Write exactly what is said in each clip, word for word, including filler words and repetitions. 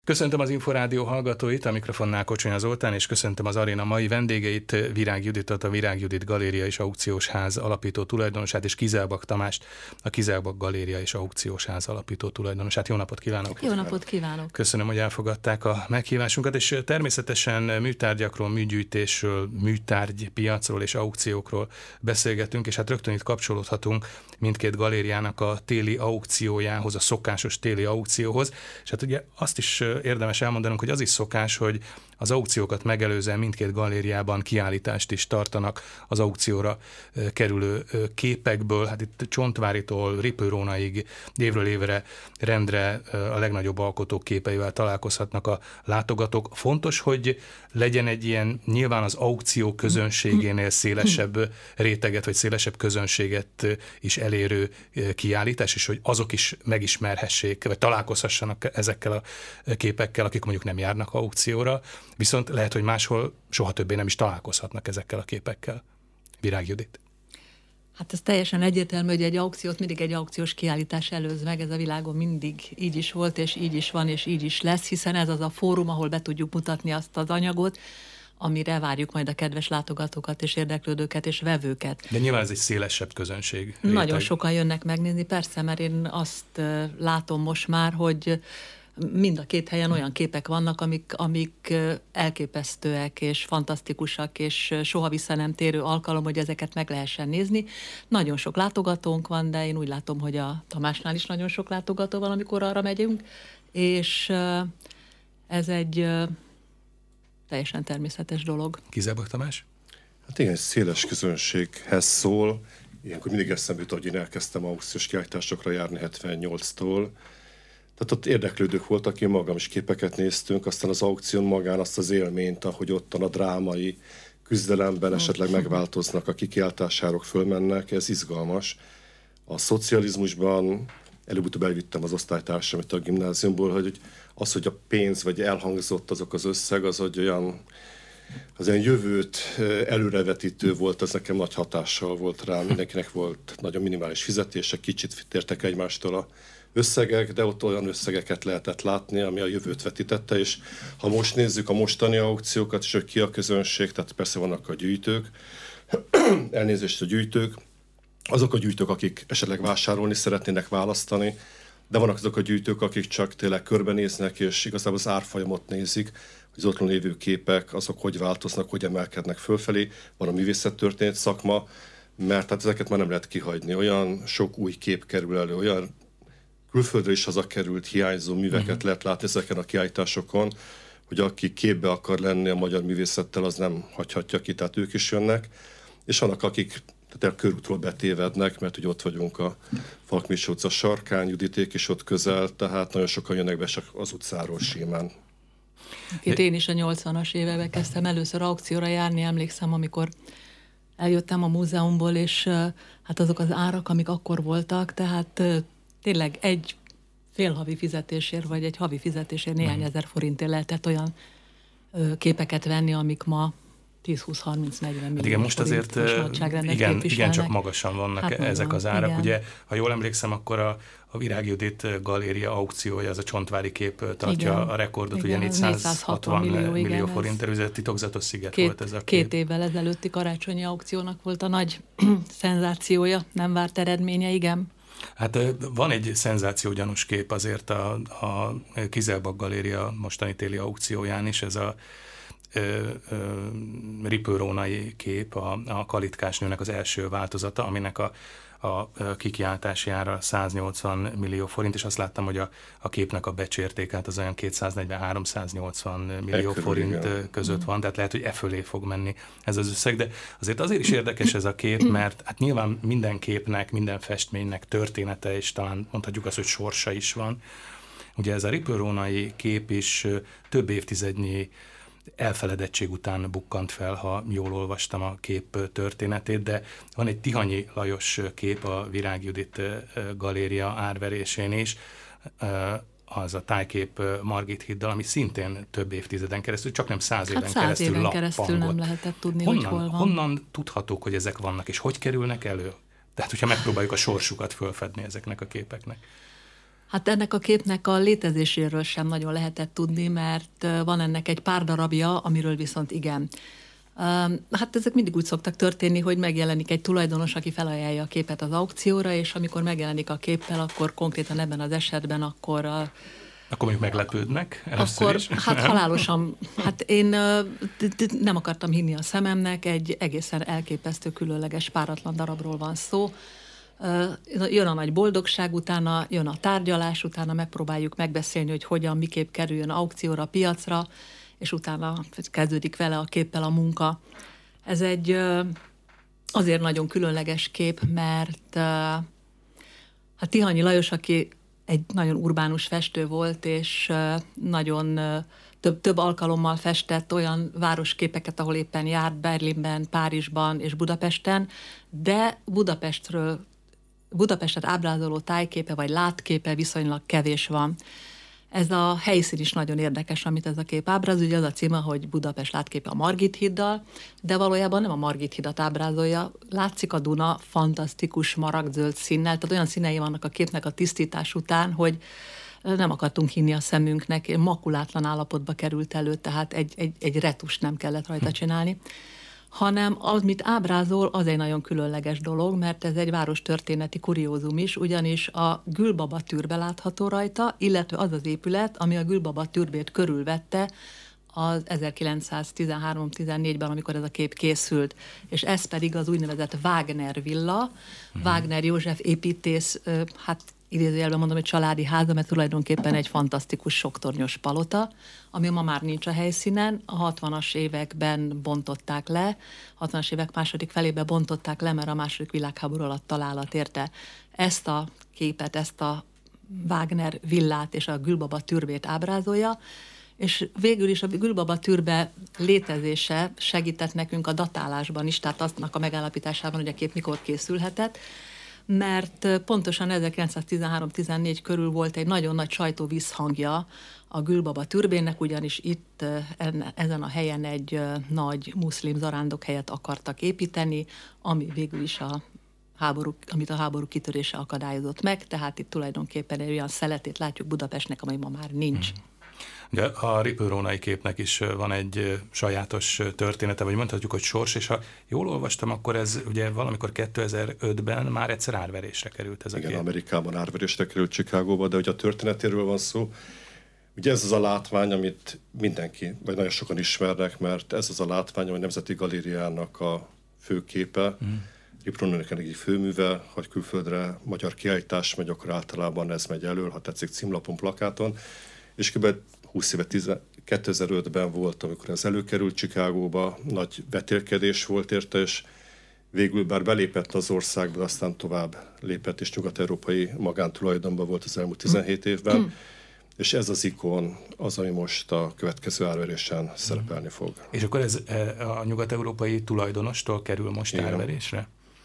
Köszöntöm az Inforádió hallgatóit, a mikrofonnál Kocsonya Zoltán, és köszöntöm az aréna mai vendégeit, Virág Juditot, a Virág Judit Galéria és Aukciós Ház alapító tulajdonosát, és Kizelbak Tamást, a Kizelbak Galéria és Aukciós Ház alapító tulajdonosát. Jó napot kívánok! Jó napot kívánok! Köszönöm, hogy elfogadták a meghívásunkat, és természetesen műtárgyakról, műgyűjtésről, műtárgypiacról és aukciókról beszélgetünk, és hát rögtön itt kapcsolódhatunk mindkét galériának a téli aukciójához, a szokásos téli aukcióhoz, és hát ugye azt is érdemes elmondanunk, hogy az is szokás, hogy az aukciókat megelőzően mindkét galériában kiállítást is tartanak az aukcióra kerülő képekből. Hát itt Csontváritól Ripőrónaig évről évre rendre a legnagyobb alkotók képeivel találkozhatnak a látogatók. Fontos, hogy legyen egy ilyen nyilván az aukció közönségénél szélesebb réteget, vagy szélesebb közönséget is elérő kiállítás, és hogy azok is megismerhessék, vagy találkozhassanak ezekkel a képekkel, akik mondjuk nem járnak aukcióra, viszont lehet, hogy máshol soha többé nem is találkozhatnak ezekkel a képekkel. Virág Judit. Hát ez teljesen egyértelmű, hogy egy aukciót mindig egy aukciós kiállítás előz meg, ez a világon mindig így is volt, és így is van, és így is lesz, hiszen ez az a fórum, ahol be tudjuk mutatni azt az anyagot, amire várjuk majd a kedves látogatókat, és érdeklődőket, és vevőket. De nyilván ez egy szélesebb közönség. Réteg. Nagyon sokan jönnek megnézni, persze, mert én azt látom most már, hogy mind a két helyen olyan képek vannak, amik, amik elképesztőek és fantasztikusak, és soha vissza nem térő alkalom, hogy ezeket meg lehessen nézni. Nagyon sok látogatónk van, de én úgy látom, hogy a Tamásnál is nagyon sok látogató van, amikor arra megyünk, és ez egy teljesen természetes dolog. Kizelbak Tamás? Hát igen, széles közönséghez szól. Ilyenkor mindig eszembe jut, hogy én elkezdtem aukciós kiállításokra járni hetvennyolctól. Tehát ott érdeklődők voltak, én magam is képeket néztünk, aztán az aukción magán azt az élményt, ahogy ottan a drámai küzdelemben esetleg megváltoznak, a kikiáltásárok fölmennek, ez izgalmas. A szocializmusban előbb-utóbb elvittem az osztálytársamat a gimnáziumból, hogy az, hogy a pénz vagy elhangzott azok az összeg, az, hogy olyan, az olyan jövőt előrevetítő volt, ez nekem nagy hatással volt rá, mindenkinek volt nagyon minimális fizetése, kicsit tértek egymástól a összegek, de ott olyan összegeket lehetett látni, ami a jövőt vetítette, és ha most nézzük a mostani aukciókat, és hogy ki a közönség, tehát persze vannak a gyűjtők, elnézést a gyűjtők, azok a gyűjtők, akik esetleg vásárolni szeretnének választani, de vannak azok a gyűjtők, akik csak tényleg körbenéznek, és igazából az árfolyamot nézik, hogy az otthon lévő képek, azok hogy változnak, hogy emelkednek fölfelé. Van a művészettörténet szakma, mert hát ezeket már nem lehet kihagyni. Olyan sok új kép kerül elő, olyan külföldre is hazakerült hiányzó műveket uh-huh. lehet látni ezeken a kiállításokon, hogy aki képbe akar lenni a magyar művészettel, az nem hagyhatja ki, tehát ők is jönnek. És vannak, akik tehát körútról betévednek, mert ugye ott vagyunk a Falkmisi utca sarkán, Juditék is ott közel, tehát nagyon sokan jönnek be csak az utcáról simán. Itt én is a nyolcvanas években kezdtem először aukcióra járni, emlékszem, amikor eljöttem a múzeumból, és hát azok az árak, amik akkor voltak, tehát tényleg egy félhavi fizetésért, vagy egy havi fizetésért néhány mm. ezer forintért lehetett olyan ö, képeket venni, amik ma tíz-húsz-harminc-negyven millió hát igen, most azért igen, igen, csak magasan vannak hát ezek van, az árak. Igen. Ugye, ha jól emlékszem, akkor a, a Virág Judit Galéria aukciója, az a Csontvári kép tartja igen, a rekordot, igen, ugye négyszázhatvan millió, millió igen, forint, ez titokzatos sziget két, volt ez a kép. Két évvel ezelőtti karácsonyi aukciónak volt a nagy szenzációja, nem várt eredménye, igen. Hát van egy szenzációgyanús kép azért a, a Kizelbak Galéria mostani téli aukcióján is, ez a ripőrónai kép, a, a kalitkásnőnek az első változata, aminek a, a kikiáltási ára száznyolcvan millió forint, és azt láttam, hogy a, a képnek a becsértékát az olyan kétszáznegyven-háromszáznyolcvan millió Ekkor, forint igen. között van, tehát lehet, hogy e fölé fog menni ez az összeg, de azért azért is érdekes ez a kép, mert hát nyilván minden képnek, minden festménynek története, és talán mondhatjuk azt, hogy sorsa is van. Ugye ez a ripőrónai kép is több évtizednyi elfeledettség után bukkant fel, ha jól olvastam a kép történetét, de van egy Tihanyi Lajos kép a Virág Judit Galéria árverésén is, az a tájkép Margit hiddal, ami szintén több évtizeden keresztül, csak nem száz éven hát száz keresztül éven lappangott. keresztül nem lehetett tudni, honnan, hogy hol van. Honnan tudhatók, hogy ezek vannak, és hogy kerülnek elő? Tehát, hogyha megpróbáljuk a sorsukat fölfedni ezeknek a képeknek. Hát ennek a képnek a létezéséről sem nagyon lehetett tudni, mert van ennek egy pár darabja, amiről viszont igen. Hát ezek mindig úgy szoktak történni, hogy megjelenik egy tulajdonos, aki felajánlja a képet az aukcióra, és amikor megjelenik a képpel, akkor konkrétan ebben az esetben akkor... A, akkor még meglepődnek először akkor, is? Hát halálosan. Hát én nem akartam hinni a szememnek, egy egészen elképesztő, különleges, páratlan darabról van szó. Jön a nagy boldogság, utána jön a tárgyalás, utána megpróbáljuk megbeszélni, hogy hogyan, miképp kerüljön aukcióra, piacra, és utána kezdődik vele a képpel a munka. Ez egy azért nagyon különleges kép, mert hát Tihanyi Lajos, aki egy nagyon urbánus festő volt, és nagyon több, több alkalommal festett olyan városképeket, ahol éppen járt, Berlinben, Párizsban és Budapesten, de Budapestről, Budapestet ábrázoló tájképe vagy látképe viszonylag kevés van. Ez a helyszín is nagyon érdekes, amit ez a kép ábrázol, ugye az a címe, hogy Budapest látképe a Margit híddal, de valójában nem a Margit hídat ábrázolja, látszik a Duna fantasztikus maragdzöld színnel, tehát olyan színei vannak a képnek a tisztítás után, hogy nem akartunk hinni a szemünknek, makulátlan állapotba került elő, tehát egy, egy, egy retust nem kellett rajta csinálni, hanem amit ábrázol, az egy nagyon különleges dolog, mert ez egy várostörténeti kuriózum is, ugyanis a Gülbaba türbe látható rajta, illetve az az épület, ami a Gülbaba türbét körülvette az ezerkilencszáztizenhárom tizennégyben, amikor ez a kép készült, és ez pedig az úgynevezett Wagner villa, uh-huh. Wagner József építész, hát idézőjelben mondom, egy családi háza, mert tulajdonképpen egy fantasztikus soktornyos palota, ami ma már nincs a helyszínen. A hatvanas években bontották le, hatvanas évek második felébe bontották le, mert a második világháború alatt találat érte. Ezt a képet, ezt a Wagner villát és a Gülbaba türbét ábrázolja, és végül is a Gülbaba türbe létezése segített nekünk a datálásban is, tehát aznak a megállapításában, hogy a kép mikor készülhetett, mert pontosan ezerkilencszáztizenhárom tizennégy körül volt egy nagyon nagy sajtóvízhangja a Gülbaba türbének, ugyanis itt ezen a helyen egy nagy muszlim zarándokhelyet akartak építeni, ami végül is a háború, amit a háború kitörése akadályozott meg, tehát itt tulajdonképpen egy olyan szeletét látjuk Budapestnek, ami ma már nincs. Hmm. Ugye a Rippl-Rónai képnek is van egy sajátos története, vagy mondhatjuk, hogy sors, és ha jól olvastam, akkor ez ugye valamikor kétezer-ötben már egyszer árverésre került ez a Igen, kép. Amerikában árverésre került Chicagóba, de ugye a történetéről van szó. Ugye ez az a látvány, amit mindenki, vagy nagyon sokan ismernek, mert ez az a látvány, ami a Nemzeti Galériának a főképe, mm. Rippl-Rónainak egy főműve, hogy külföldre magyar kiállítás megy, akkor általában ez megy elől, ha tetszik, címlapon, plakáton, és kb. húsz éve, kétezer-ötben volt, amikor ez előkerült Chicagóba, nagy vetélkedés volt érte, és végül bár belépett az országba, aztán tovább lépett, és nyugat-európai magántulajdonban volt az elmúlt tizenhét évben, mm. és ez az ikon az, ami most a következő árverésen szerepelni fog. És akkor ez a nyugat-európai tulajdonostól kerül most Igen. árverésre?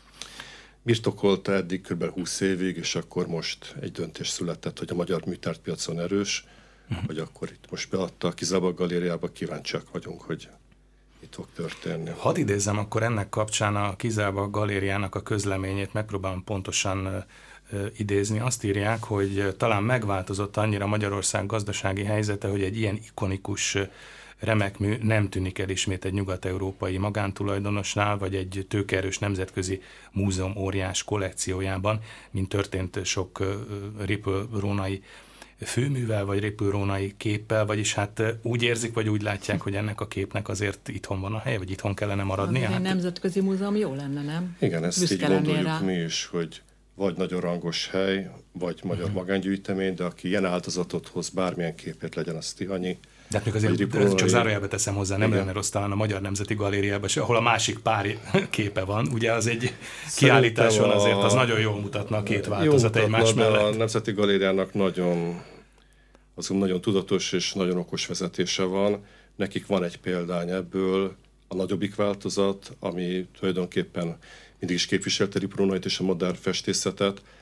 Birtokolta eddig kb. húsz évig, és akkor most egy döntés született, hogy a magyar műtárgypiacon erős, uh-huh. hogy akkor itt most beadta a Kizába galériába, kíváncsiak vagyunk, hogy itt fog történni. Hadd idézzem akkor ennek kapcsán a Kizába galériának a közleményét, megpróbálom pontosan uh, idézni. Azt írják, hogy talán megváltozott annyira Magyarország gazdasági helyzete, hogy egy ilyen ikonikus remek mű nem tűnik el ismét egy nyugat-európai magántulajdonosnál, vagy egy tőkeerős nemzetközi múzeum óriás kollekciójában, mint történt sok uh, Rippl-Rónai főművel, vagy Rippl-Rónai képpel, vagyis hát úgy érzik, vagy úgy látják, hogy ennek a képnek azért itthon van a helye, vagy itthon kellene maradnia? Hát, egy nemzetközi múzeum jó lenne, nem? Igen, ezt Büszke így gondoljuk rá. mi is, hogy vagy nagyon rangos hely, vagy magyar uh-huh. magángyűjtemény, de aki ilyen áldozatot hoz, bármilyen képét legyen, az Tihanyi. De hát még azért csak zárójelbe teszem hozzá, nem lenne rossz talán a Magyar Nemzeti Galériában, ahol a másik pár képe van, ugye az egy kiállításon azért az nagyon jól mutatna a két változat egymás mellett. A Nemzeti Galériának nagyon, azon nagyon tudatos és nagyon okos vezetése van. Nekik van egy példány ebből, a nagyobbik változat, ami tulajdonképpen mindig is képviselte Rippl-Rónait és a modern festészetet.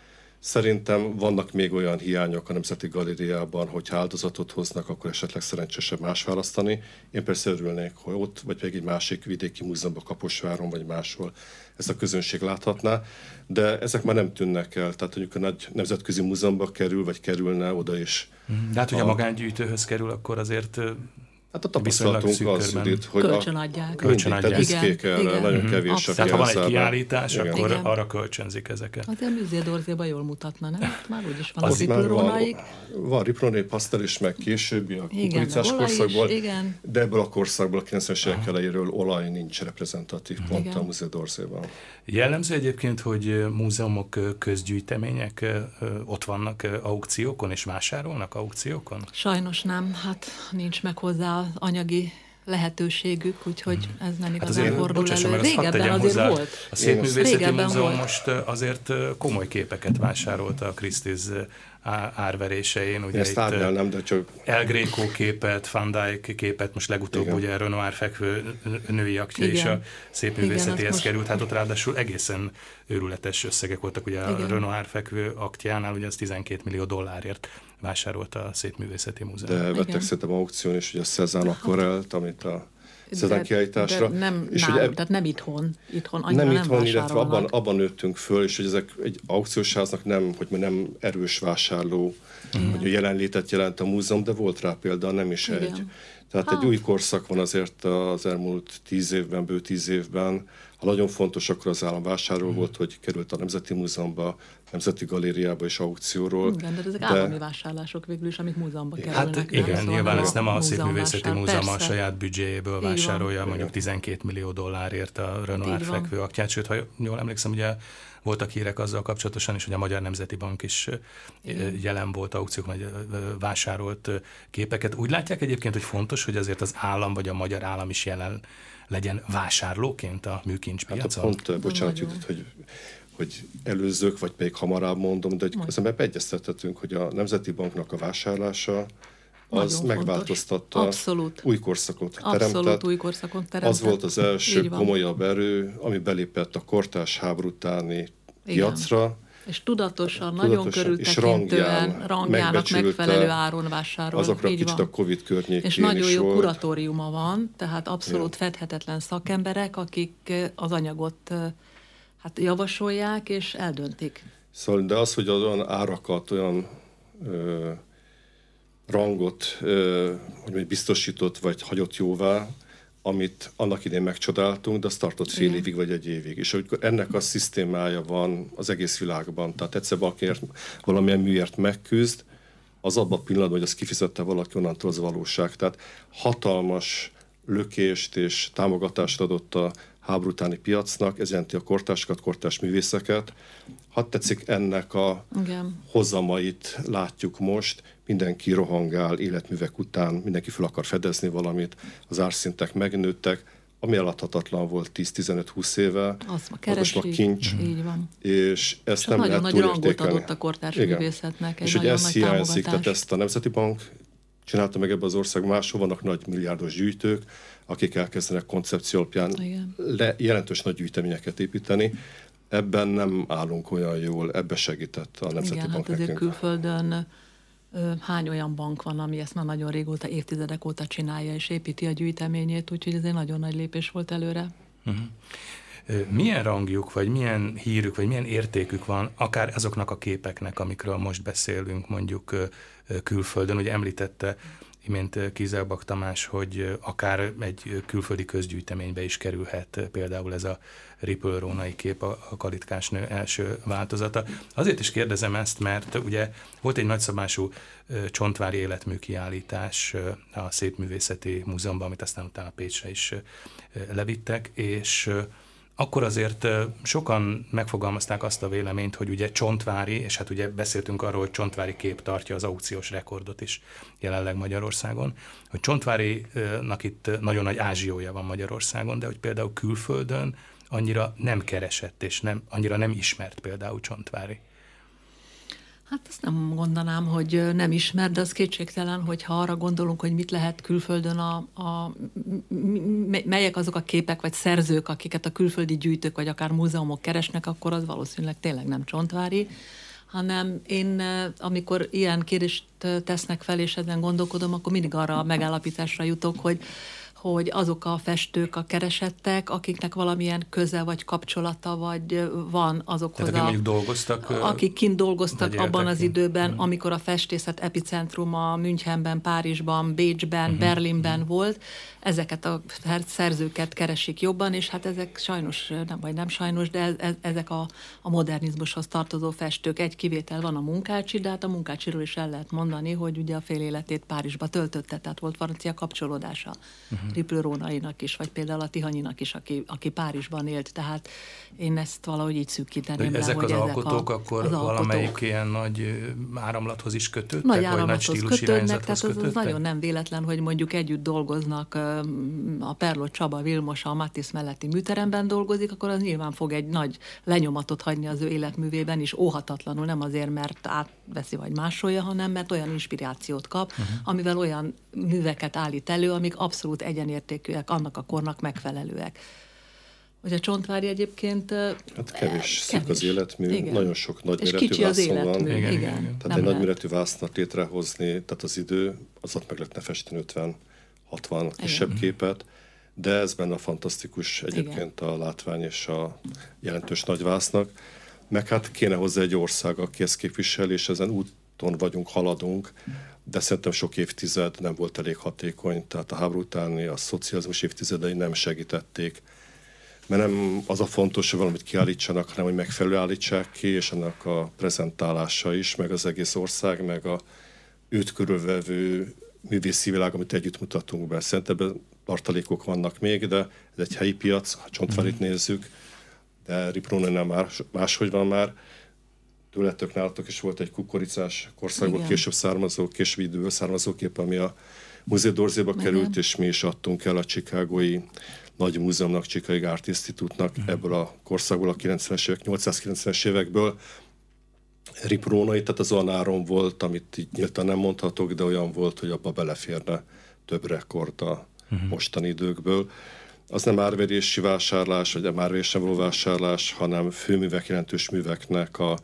Szerintem vannak még olyan hiányok a Nemzeti Galériában, hogy ha áldozatot hoznak, akkor esetleg szerencsésebb más választani. Én persze örülnék, hogy ott, vagy pedig egy másik vidéki múzeumban, Kaposváron, vagy máshol ezt a közönség láthatná, de ezek már nem tűnnek el. Tehát mondjuk a nagy nemzetközi múzeumban kerül, vagy kerülne oda is. De hát, hogy a, a magángyűjtőhöz kerül, akkor azért... Hát a tapasztalatunk az, Judit, hogy kölcsönadják. Kölcsönadják. Büszkék erre, nagyon kevés, aki Tehát ha van egy elszáll. kiállítás, Igen. akkor Igen. arra kölcsönzik ezeket. Azért Musée d'Orsayban jól mutatna, nem? Már úgyis van Az az már Riplerónaik. Van, van Ripleróné pasztel is, meg későbbi a Igen, kukoricás meg olaj is, korszakból, igen. de ebből a korszakból, a kilencvenes évek elejéről olaj nincs reprezentatív pont Igen. a Musée d'Orsayban. Jellemző egyébként, hogy múzeumok, közgyűjtemények ö, ott vannak ö, aukciókon, és vásárolnak aukciókon? Sajnos nem, hát nincs meg hozzá az anyagi lehetőségük, úgyhogy ez nem Hát igazán azért, fordul bocsásson elő. meg, azt hadd Régebben tegyem azért hozzá, volt. a Szépművészeti Régebben Múzeum volt. most azért komoly képeket vásárolta a Christie's árverésein. Ugye Ezt itt árnyalnám, de csak... El Greco képet, Van Dyck képet, most legutóbb Igen. ugye Renoir fekvő női aktja is Igen. a Szépművészetihez Igen, azt került, hát ott ráadásul egészen őrületes összegek voltak, ugye a Igen. Renoir fekvő aktjánál ugye az tizenkét millió dollárért vásárolta a Szépművészeti Múzeum. De vettek Igen. szerintem aukción is, ugye a Cézanne akvarelt, amit a Cézanne kiállításra. De nem, és nálunk, ugye eb- tehát nem itthon. Itthon annyira nem nem, itthon, illetve abban, vásárolnak. abban nőttünk föl, és hogy ezek egy aukciós háznak nem, hogy nem erős vásárló, Igen. hogy a jelenlétet jelent a múzeum, de volt rá példa, nem is Igen. egy. Tehát Hát. egy új korszak van azért az elmúlt tíz évben, bő tíz évben. Ha nagyon fontos, akkor az államvásárló Mhm. volt, hogy került a Nemzeti Múzeumba, Nemzeti Galériába és aukcióról. Igen, de ezek de- állami vásárlások végül is, amik múzeumba kerülnek. Hát nem? igen, Szóval nyilván ezt nem a múzeum Szépművészeti vásár- Múzeum a persze. saját büdzséjéből Így van. vásárolja mondjuk Igen. tizenkét millió dollárért a Renoir Így van. fekvő aktját, sőt, ha jól emlékszem, ugye voltak hírek azzal kapcsolatosan is, hogy a Magyar Nemzeti Bank is Igen. jelen volt aukciókon, vagy vásárolt képeket. Úgy látják egyébként, hogy fontos, hogy azért az állam vagy a magyar állam is jelen legyen vásárlóként a műkincspiacon? Hát pont, bocsánat, nagyon. Judit, hogy, hogy előzők, vagy még hamarabb mondom, de hogy Majd. az ember egyeztethetünk, hogy a Nemzeti Banknak a vásárlása az Nagyon megváltoztatta, fontos. Abszolút. új korszakot Abszolút teremtett. új korszakon teremtett. Az volt az első Így van. komolyabb erő, ami belépett a kortárs háború utáni piacra. És tudatosan, nagyon Tudatosan, és körültekintően, rangján rangjának megbecsülte megfelelő áron vásárol. Azokra Így kicsit van. a Covid környékén És nagyon is jó volt. kuratóriuma van, tehát abszolút fedhetetlen szakemberek, akik az anyagot hát javasolják és eldöntik. Szóval, de az, hogy olyan árakat, olyan ö, rangot ö, hogy mondjam, biztosított, vagy hagyott jóvá, amit annak idén megcsodáltunk, de az tartott fél Igen. évig, vagy egy évig. És amikor ennek a szisztémája van az egész világban, tehát egyszer valakiért valamilyen műért megküzd, az abban a pillanatban, hogy azt kifizette valaki, onnantól az valóság. Tehát hatalmas lökést és támogatást adott a háború utáni piacnak, ez jelenti a kortársakat, kortárs művészeket. Ha tetszik, ennek a Igen. hozamait látjuk most, mindenki rohangál életművek után, mindenki fel akar fedezni valamit, az árszintek megnőttek, ami eladhatatlan volt tíz-tizenöt-húsz éve, Azt ma az most keresik. már kincs, Így van. és ezt És nem nagyon lehet nagy rangot túlértékelni. adott a kortárs Igen. művészetnek, egy És hogy nagyon ez nagy hiányzik, tehát támogatás. ezt a Nemzeti Bank csinálta meg ebbe az országban, máshol vannak nagy milliárdos gyűjtők, akik elkezdenek koncepció alapján Igen. le, jelentős nagy gyűjteményeket építeni. Ebben nem állunk olyan jól, ebbe segített a Nemzeti Igen, Bank hát azért nekünk. külföldön ö, hány olyan bank van, ami ezt már nagyon régóta, évtizedek óta csinálja és építi a gyűjteményét, úgyhogy ez egy nagyon nagy lépés volt előre. Uh-huh. Milyen rangjuk, vagy milyen hírük, vagy milyen értékük van, akár azoknak a képeknek, amikről most beszélünk, mondjuk külföldön, ugye említette imént Kizelbak Tamás, hogy akár egy külföldi közgyűjteménybe is kerülhet például ez a Ripple-rónai kép, a Kalitkásnő első változata. Azért is kérdezem ezt, mert ugye volt egy nagyszabású csontvári életmű kiállítás a Szépművészeti Múzeumban, amit aztán utána Pécsre is levittek, és akkor azért sokan megfogalmazták azt a véleményt, hogy ugye Csontvári, és hát ugye beszéltünk arról, hogy Csontvári kép tartja az aukciós rekordot is jelenleg Magyarországon, hogy Csontvárinak itt nagyon nagy ázsiója van Magyarországon, de hogy például külföldön annyira nem keresett, és nem, annyira nem ismert például Csontvári. Hát azt nem mondanám, hogy nem ismer, de az kétségtelen, hogy ha arra gondolunk, hogy mit lehet külföldön, a, a, melyek azok a képek vagy szerzők, akiket a külföldi gyűjtők vagy akár múzeumok keresnek, akkor az valószínűleg tényleg nem Csontvári, hanem én, amikor ilyen kérdést tesznek fel, és ezen gondolkodom, akkor mindig arra a megállapításra jutok, hogy hogy azok a festők, a keresettek, akiknek valamilyen köze vagy kapcsolata, vagy van azokhoz, tehát, a, dolgoztak, akik kint dolgoztak abban az időben, hmm. amikor a festészet epicentruma Münchenben, Párizsban, Bécsben, uh-huh. Berlinben uh-huh. volt, ezeket a szerzőket keresik jobban, és hát ezek sajnos, nem vagy nem sajnos, de ez, ez, ezek a, a modernizmushoz tartozó festők. Egy kivétel van a Munkácsi, de hát a Munkácsiról is el lehet mondani, hogy ugye a fél életét Párizsba töltötte, tehát volt francia kapcsolódása. Uh-huh. Riplő Rónainak is, vagy például a Tihanyinak is, aki, aki Párizsban élt, tehát én ezt valahogy így szűkíteném le, ezek hogy az ezek alkotók a, akkor az valamelyik alkotók. Ilyen nagy áramlathoz is kötődtek? Nagy vagy áramlathoz nagy stílus kötődnek, tehát az, kötődtek? az nagyon nem véletlen, hogy mondjuk együtt dolgoznak, a Perló Csaba Vilmos a Matisse melletti műteremben dolgozik, akkor az nyilván fog egy nagy lenyomatot hagyni az ő életművében is, óhatatlanul, nem azért, mert átveszi vagy másolja, hanem mert olyan inspirációt kap, uh-huh. amivel olyan műveket állít elő, amik abszolút egyenértékűek, annak a kornak megfelelőek. Hogy a Csontváry egyébként... Hát kevés szűk az életmű, igen. Nagyon sok nagyméretű vászon van. Igen, igen, igen. Tehát nem egy nagyméretű vásznat létrehozni, tehát az idő, az ott meg lehetne festeni ötven-hatvan kisebb igen. képet, de ez benne a fantasztikus egyébként igen. a látvány és a jelentős nagyvásznak. Meg hát kéne hozzá egy ország, aki ezt képvisel, és ezen úton vagyunk, haladunk, de szerintem sok évtized nem volt elég hatékony, tehát a háború utáni, a szocializmus évtizedei nem segítették, mert nem az a fontos, hogy valamit kiállítsanak, hanem hogy megfelelő állítsák ki, és annak a prezentálása is, meg az egész ország, meg a őt körülvevő művészi világ, amit együtt mutatunk be. Szerintem ebben tartalékok vannak még, de ez egy helyi piac, ha Csontváryt mm. nézzük, de Riprónánál már máshogy van már. Tőlettök, nálatok is volt egy kukoricás korszakból igen. később származó, később időből származó kép, ami a Musée d'Orsayba került, és mi is adtunk el a chicagói nagy múzeumnak, Chicago Art Institute-nak mm. ebből a korszakból, a kilencvenes évek, nyolcszázkilencvenes évekből. Riprónai, tehát az olyan áron volt, amit így nyíltan nem mondhatok, de olyan volt, hogy abba beleférne több rekord a mm. mostani időkből. Az nem árverési vásárlás, vagy nem árverésen való vásárlás, hanem főművek, jelentős műveknek a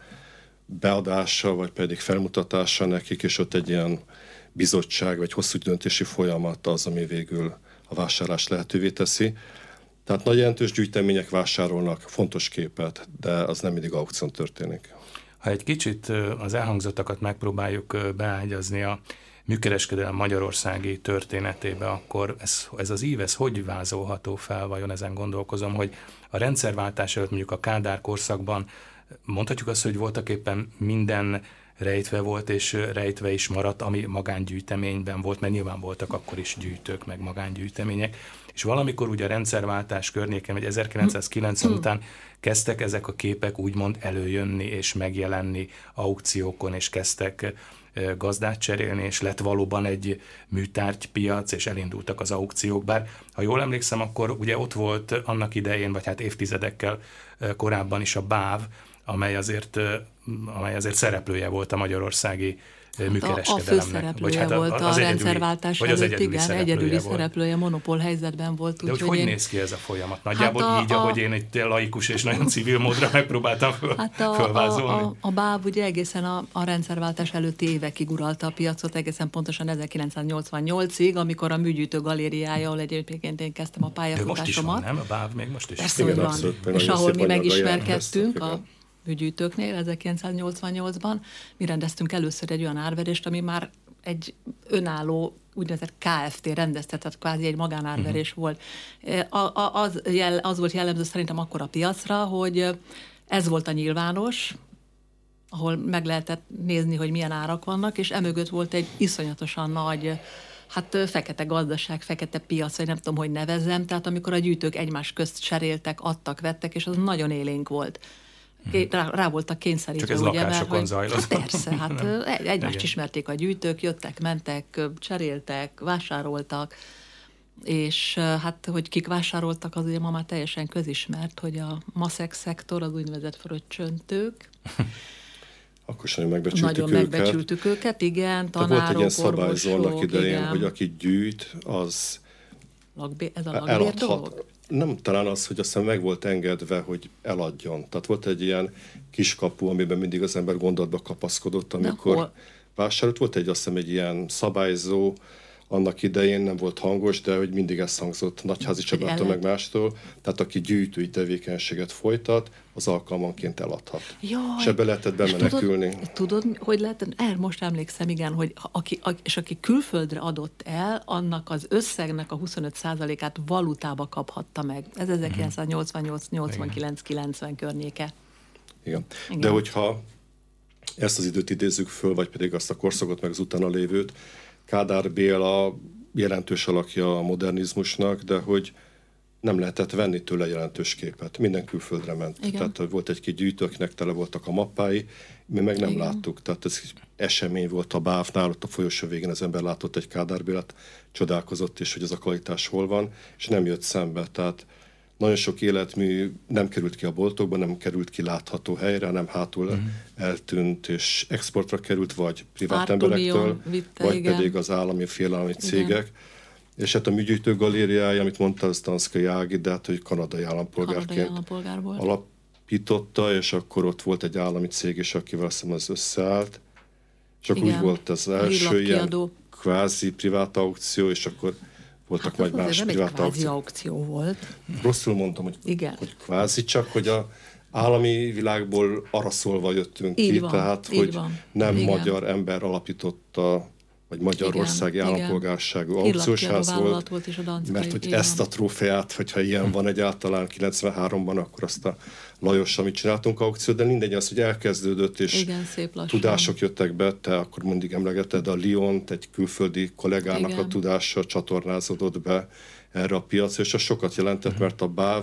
beadása, vagy pedig felmutatása nekik, és ott egy ilyen bizottság, vagy hosszú döntési folyamat az, ami végül a vásárlás lehetővé teszi. Tehát nagy jelentős gyűjtemények vásárolnak fontos képet, de az nem mindig aukción történik. Ha egy kicsit az elhangzottakat megpróbáljuk beágyazni a műkereskedelem magyarországi történetébe, akkor ez, ez az ív, ez hogy vázolható fel, vajon ezen gondolkozom, hogy a rendszerváltás előtt mondjuk a Kádár korszakban mondhatjuk azt, hogy voltak éppen minden rejtve volt, és rejtve is maradt, ami magángyűjteményben volt, mert nyilván voltak akkor is gyűjtők, meg magángyűjtemények, és valamikor ugye a rendszerváltás környéken, vagy ezerkilencszázkilencven után kezdtek ezek a képek úgymond előjönni és megjelenni aukciókon, és kezdtek gazdát cserélni, és lett valóban egy műtárgypiac, és elindultak az aukciók. Bár, ha jól emlékszem, akkor ugye ott volt annak idején, vagy hát évtizedekkel korábban is a báv, amely azért, amely azért szereplője volt a magyarországi műkereskedelemnek. A főszereplője hát volt a, a rendszerváltás előtt, egyedüli igen, szereplője egyedüli volt. szereplője, monopól helyzetben volt. De úgy, hogy én... néz ki ez a folyamat? Nagyjából hát a, így, a, ahogy én egy laikus és nagyon civil módra megpróbáltam föl, hát a, fölvázolni. A, a, a báv ugye egészen a, a rendszerváltás előtti évekig uralta a piacot, egészen pontosan ezerkilencszáznyolcvannyolcig, amikor a Műgyűjtő Galériája, ahol egyébként én kezdtem a pályafutásomat. Most is van, nem? A báv még most is. Persze, hogy van. És ahol mi megismerkedtünk, a műgyűjtőknél ezerkilencszáznyolcvannyolcban mi rendeztünk először egy olyan árverést, ami már egy önálló úgynevezett ká ef té rendezte, tehát kvázi egy magánárverés uh-huh. volt. A, a, az, jel, az volt jellemző szerintem akkor a piacra, hogy ez volt a nyilvános, ahol meg lehetett nézni, hogy milyen árak vannak, és emögött volt egy iszonyatosan nagy, hát fekete gazdaság, fekete piac, vagy nem tudom, hogy nevezzem, tehát amikor a gyűjtők egymás közt cseréltek, adtak, vettek, és az nagyon élénk volt. Rá, rá voltak kényszerítve. Csak ez ugye, lakásokon mert, zajlott. Persze, hát egymást Igen. ismerték a gyűjtők, jöttek, mentek, cseréltek, vásároltak, és hát, hogy kik vásároltak, az ugye ma már teljesen közismert, hogy a maszek szektor, az úgynevezett fröccsöntők. Akkor sem megbecsültük Nagyon őket. megbecsültük őket, igen, tanárok, volt egy ilyen szabályzó annak idején, igen. hogy aki gyűjt, az Lakbér, ez a lakbér dolog? Nem talán az, hogy aztán meg volt engedve, hogy eladjon. Tehát volt egy ilyen kiskapu, amiben mindig az ember gondolatba kapaszkodott, amikor vásárolt. Volt egy, azt hiszem, egy ilyen szabályzó, annak idején nem volt hangos, de hogy mindig ezt hangzott Nagyházi Csabától meg mástól. Tehát aki gyűjtői tevékenységet folytat, az alkalmanként eladhat. Jaj, és ebbe lehetett bemenekülni. Tudod, tudod, hogy lehet? Er, most emlékszem, igen, hogy aki, aki, és aki külföldre adott el, annak az összegnek a huszonöt százalékát valutába kaphatta meg. Ez ezerkilencszáznyolcvannyolc nyolcvankilenc kilencven környéke. Igen. igen. De hogyha ezt az időt idézzük föl, vagy pedig azt a korszakot, meg az utána lévőt, Kádár Béla jelentős alakja a modernizmusnak, de hogy nem lehetett venni tőle jelentős képet. Minden külföldre ment. Igen. Tehát volt egy-két gyűjtő, akinek tele voltak a mappái, mi meg nem Igen. láttuk. Tehát ez esemény volt a bávnál, ott a folyosó végén az ember látott egy Kádár Bélát, csodálkozott is, hogy ez a kvalitás hol van, és nem jött szembe. Tehát nagyon sok életmű nem került ki a boltokba, nem került ki látható helyre, hanem hátul uh-huh. eltűnt és exportra került, vagy privát emberektől, vitte, vagy igen. pedig az állami, félállami cégek. Igen. És hát a műgyűjtő galériája, amit mondta, az Danszkai Ági, de hát, hogy kanadai állampolgárként állampolgár alapította, és akkor ott volt egy állami cég is, akivel azt hiszem az összeállt. És akkor igen. úgy volt az első ilyen kvázi privát aukció, és akkor voltak hát majd más privát aukció. aukció volt. Rosszul mondtam, hogy, igen. hogy kvázi, csak hogy a állami világból arra szólva jöttünk így ki, van, tehát hogy van. nem igen. magyar ember alapította, vagy magyarországi igen, állampolgárságú igen. aukciós ház volt, volt is a Danckai, mert hogy ezt van. a trófeát, hogyha ilyen van egyáltalán kilencvenháromban, akkor azt a Lajos, amit csináltunk aukciót, de mindegy az, hogy elkezdődött, és igen, tudások jöttek be, te akkor mindig emlegeted a Lyont, egy külföldi kollégának igen. a tudása csatornázódott be erre a piacra, és az sokat jelentett, uh-huh. mert a báv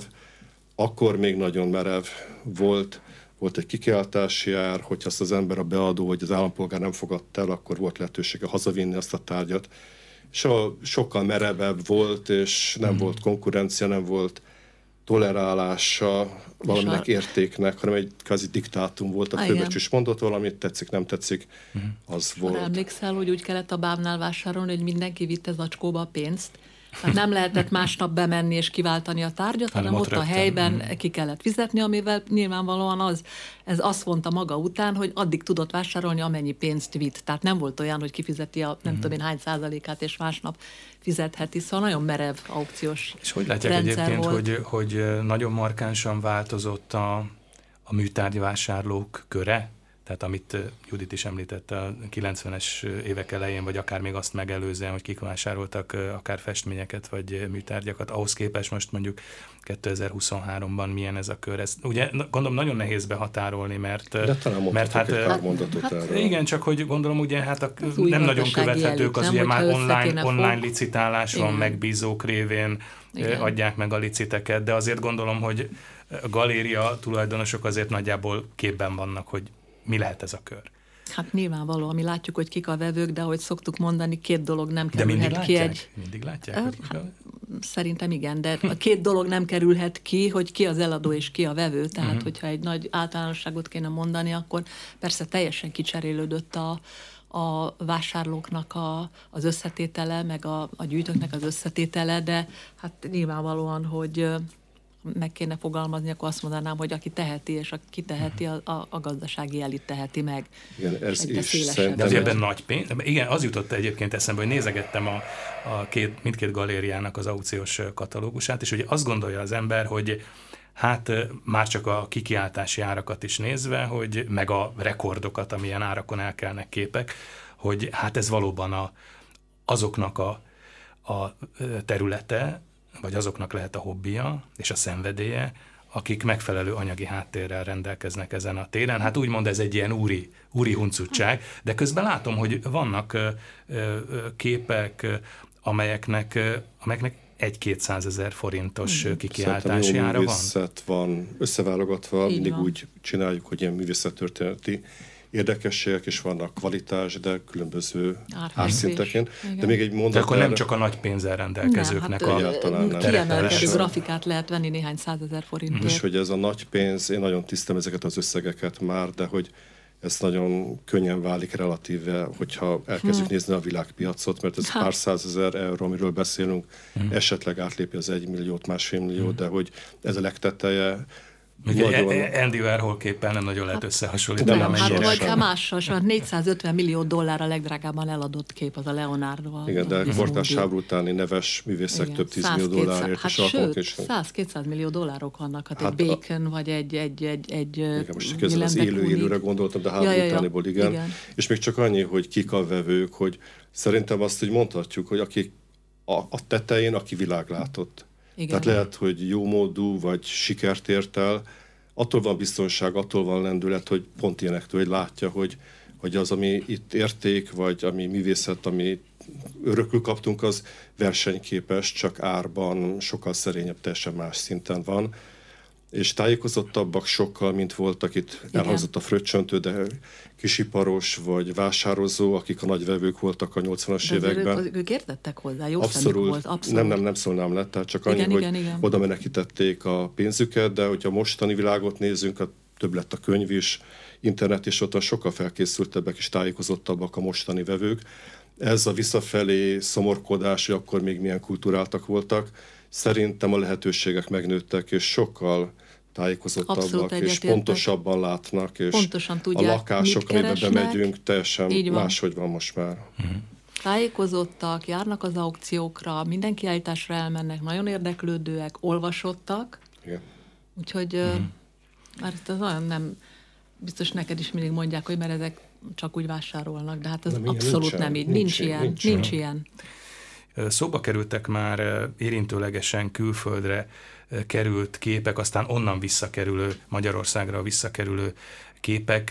akkor még nagyon merev volt, volt egy kikiáltási ár, hogy azt az ember a beadó, vagy az állampolgár nem fogadta el, akkor volt lehetősége hazavinni azt a tárgyat. És a sokkal merevebb volt, és nem mm. volt konkurencia, nem volt tolerálása valaminek értéknek, hanem egy kvázi diktátum volt. A főbecsés mondott valamit, tetszik, nem tetszik, mm. az volt. Arra emlékszel, hogy úgy kellett a bávnál vásárolni, hogy mindenki vitte zacskóba a pénzt? Tehát nem lehetett másnap bemenni és kiváltani a tárgyat, hanem, hanem ott, ott a helyben mm. ki kellett fizetni, amivel nyilvánvalóan az, ez azt mondta maga után, hogy addig tudott vásárolni, amennyi pénzt vitt. Tehát nem volt olyan, hogy kifizeti a nem mm. tudom én hány százalékát, és másnap fizetheti. Szóval nagyon merev aukciós És hogy látják egyébként, hogy, hogy nagyon markánsan változott a, a műtárgyvásárlók köre? Tehát amit Judit is említette a kilencvenes évek elején, vagy akár még azt megelőzően, hogy kik vásároltak akár festményeket, vagy műtárgyakat, ahhoz képest most mondjuk kétezer-huszonháromban milyen ez a kör. Ez, ugye gondolom nagyon nehéz behatárolni, mert... De talán mert hát, egy hát, hát igen, csak hogy gondolom ugye hát a, nem nagyon követhetők, az ugye már online, online licitálás van, igen. megbízók révén igen. adják meg a liciteket, de azért gondolom, hogy a galéria tulajdonosok azért nagyjából képben vannak, hogy mi lehet ez a kör? Hát nyilvánvaló, mi látjuk, hogy kik a vevők, de ahogy szoktuk mondani, két dolog nem kerülhet de ki látják? egy... Mindig látják? Hát, szerintem igen, de a két dolog nem kerülhet ki, hogy ki az eladó és ki a vevő. Tehát, uh-huh. hogyha egy nagy általánosságot kéne mondani, akkor persze teljesen kicserélődött a, a vásárlóknak a, az összetétele, meg a, a gyűjtőknek az összetétele, de hát nyilvánvalóan, hogy... meg kéne fogalmazni, akkor azt mondanám, hogy aki teheti, és aki teheti, a, a, a gazdasági elit teheti meg. Igen, ez is de azért ebben nagy pénz. Igen, az jutott egyébként eszembe, hogy nézegettem a, a két, mindkét galériának az aukciós katalógusát, és ugye azt gondolja az ember, hogy hát már csak a kikiáltási árakat is nézve, hogy meg a rekordokat, amilyen árakon elkelnek képek, hogy hát ez valóban a, azoknak a, a területe, vagy azoknak lehet a hobbija és a szenvedélye, akik megfelelő anyagi háttérrel rendelkeznek ezen a téren. Hát úgymond ez egy ilyen úri, úri huncutság, de közben látom, hogy vannak ö, ö, képek, amelyeknek, amelyeknek egy-kétszázezer forintos mm. kikiáltási ára van. van összeválogatva, így mindig van. Úgy csináljuk, hogy ilyen művészettörténeti érdekességek is vannak, kvalitás, de különböző árszinteken. De még egy mondat. De akkor nem csak a nagy pénzzel rendelkezőknek nem, hát, a kiemelkedő grafikát lehet venni néhány százezer forintért. És hogy ez a nagy pénz, én nagyon tisztem ezeket az összegeket már, de hogy ez nagyon könnyen válik relatíve, hogyha elkezdjük hmm. nézni a világpiacot, mert ez ha. pár százezer euró, amiről beszélünk, hmm. esetleg átlépi az egy milliót, másfél milliót, hmm. de hogy ez a legteteje. Nagyon... Andy Warhol képpen nem nagyon lehet összehasonlítani. Nem, hát vagy mással, szóval négyszázötven millió dollár a legdrágábban eladott kép, az a Leonardo. Igen, de kortárs háború utáni neves művészek igen, több tízmillió dollárért hát is sőt, száz-kétszáz millió dollárok vannak, hát, hát egy Bacon, a... vagy egy, egy, egy, egy igen, most közben az élő-élőre gondoltam, de háború ja, ja, ja. utániból igen. igen. És még csak annyi, hogy kik a vevők, hogy szerintem azt, hogy mondhatjuk, hogy aki a, a tetején, aki világlátott. Igen. Tehát lehet, hogy jómódú, vagy sikert ért el, attól van biztonság, attól van lendület, hogy pont ilyenektől, hogy látja, hogy, hogy az, ami itt érték, vagy ami művészet, ami örökül kaptunk, az versenyképes, csak árban sokkal szerényebb, teljesen más szinten van. És tájékozottabbak sokkal, mint voltak itt. Igen. Elhangzott a fröccsöntő, de kisiparos vagy vásározó, akik a nagyvevők voltak a nyolcvanas években. Ők, ők értettek hozzá, jó abszolút, volt. Abszolút. Nem, nem, nem szólnám le, tehát csak annyi, igen, hogy igen, igen. oda menekítették a pénzüket, de hogyha mostani világot nézzünk, a több lett a könyv is, internet is, ott sokkal felkészültebbek és tájékozottabbak a mostani vevők. Ez a visszafelé szomorkodás, hogy akkor még milyen kulturáltak voltak, szerintem a lehetőségek megnőttek, és sokkal tájékozottabbak, és pontosabban látnak, és pontosan tudják, a lakások, amiben bemegyünk, teljesen máshogy van most már. Uh-huh. Tájékozottak, járnak az aukciókra, minden kiállításra elmennek, nagyon érdeklődőek, olvasottak. Igen. Úgyhogy uh-huh. már ez olyan nem, biztos neked is mindig mondják, hogy mert ezek csak úgy vásárolnak, de hát ez nem, abszolút nincsen, nem így. Nincs, nincs ilyen, nincs, nincs ilyen. Szóba kerültek már érintőlegesen külföldre került képek, aztán onnan visszakerülő, Magyarországra visszakerülő képek,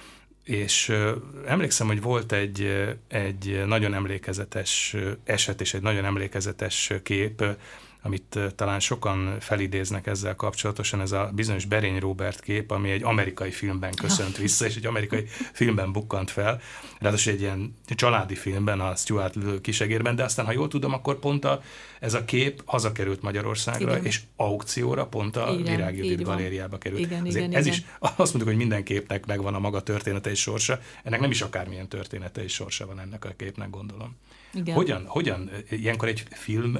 és emlékszem, hogy volt egy, egy nagyon emlékezetes eset és egy nagyon emlékezetes kép, amit talán sokan felidéznek ezzel kapcsolatosan, ez a bizonyos Berény Róbert kép, ami egy amerikai filmben köszönt vissza, és egy amerikai filmben bukkant fel, ráadásul egy ilyen családi filmben, a Stuart Little kisegérben, de aztán, ha jól tudom, akkor pont a, ez a kép hazakerült Magyarországra, igen. és aukcióra pont a Virág Judit galériába került. Igen, Azért igen, ez igen. is, azt mondjuk, hogy minden képnek megvan a maga története és sorsa, ennek nem is akármilyen története és sorsa van ennek a képnek, gondolom. Igen. Hogyan, hogyan ilyenkor egy film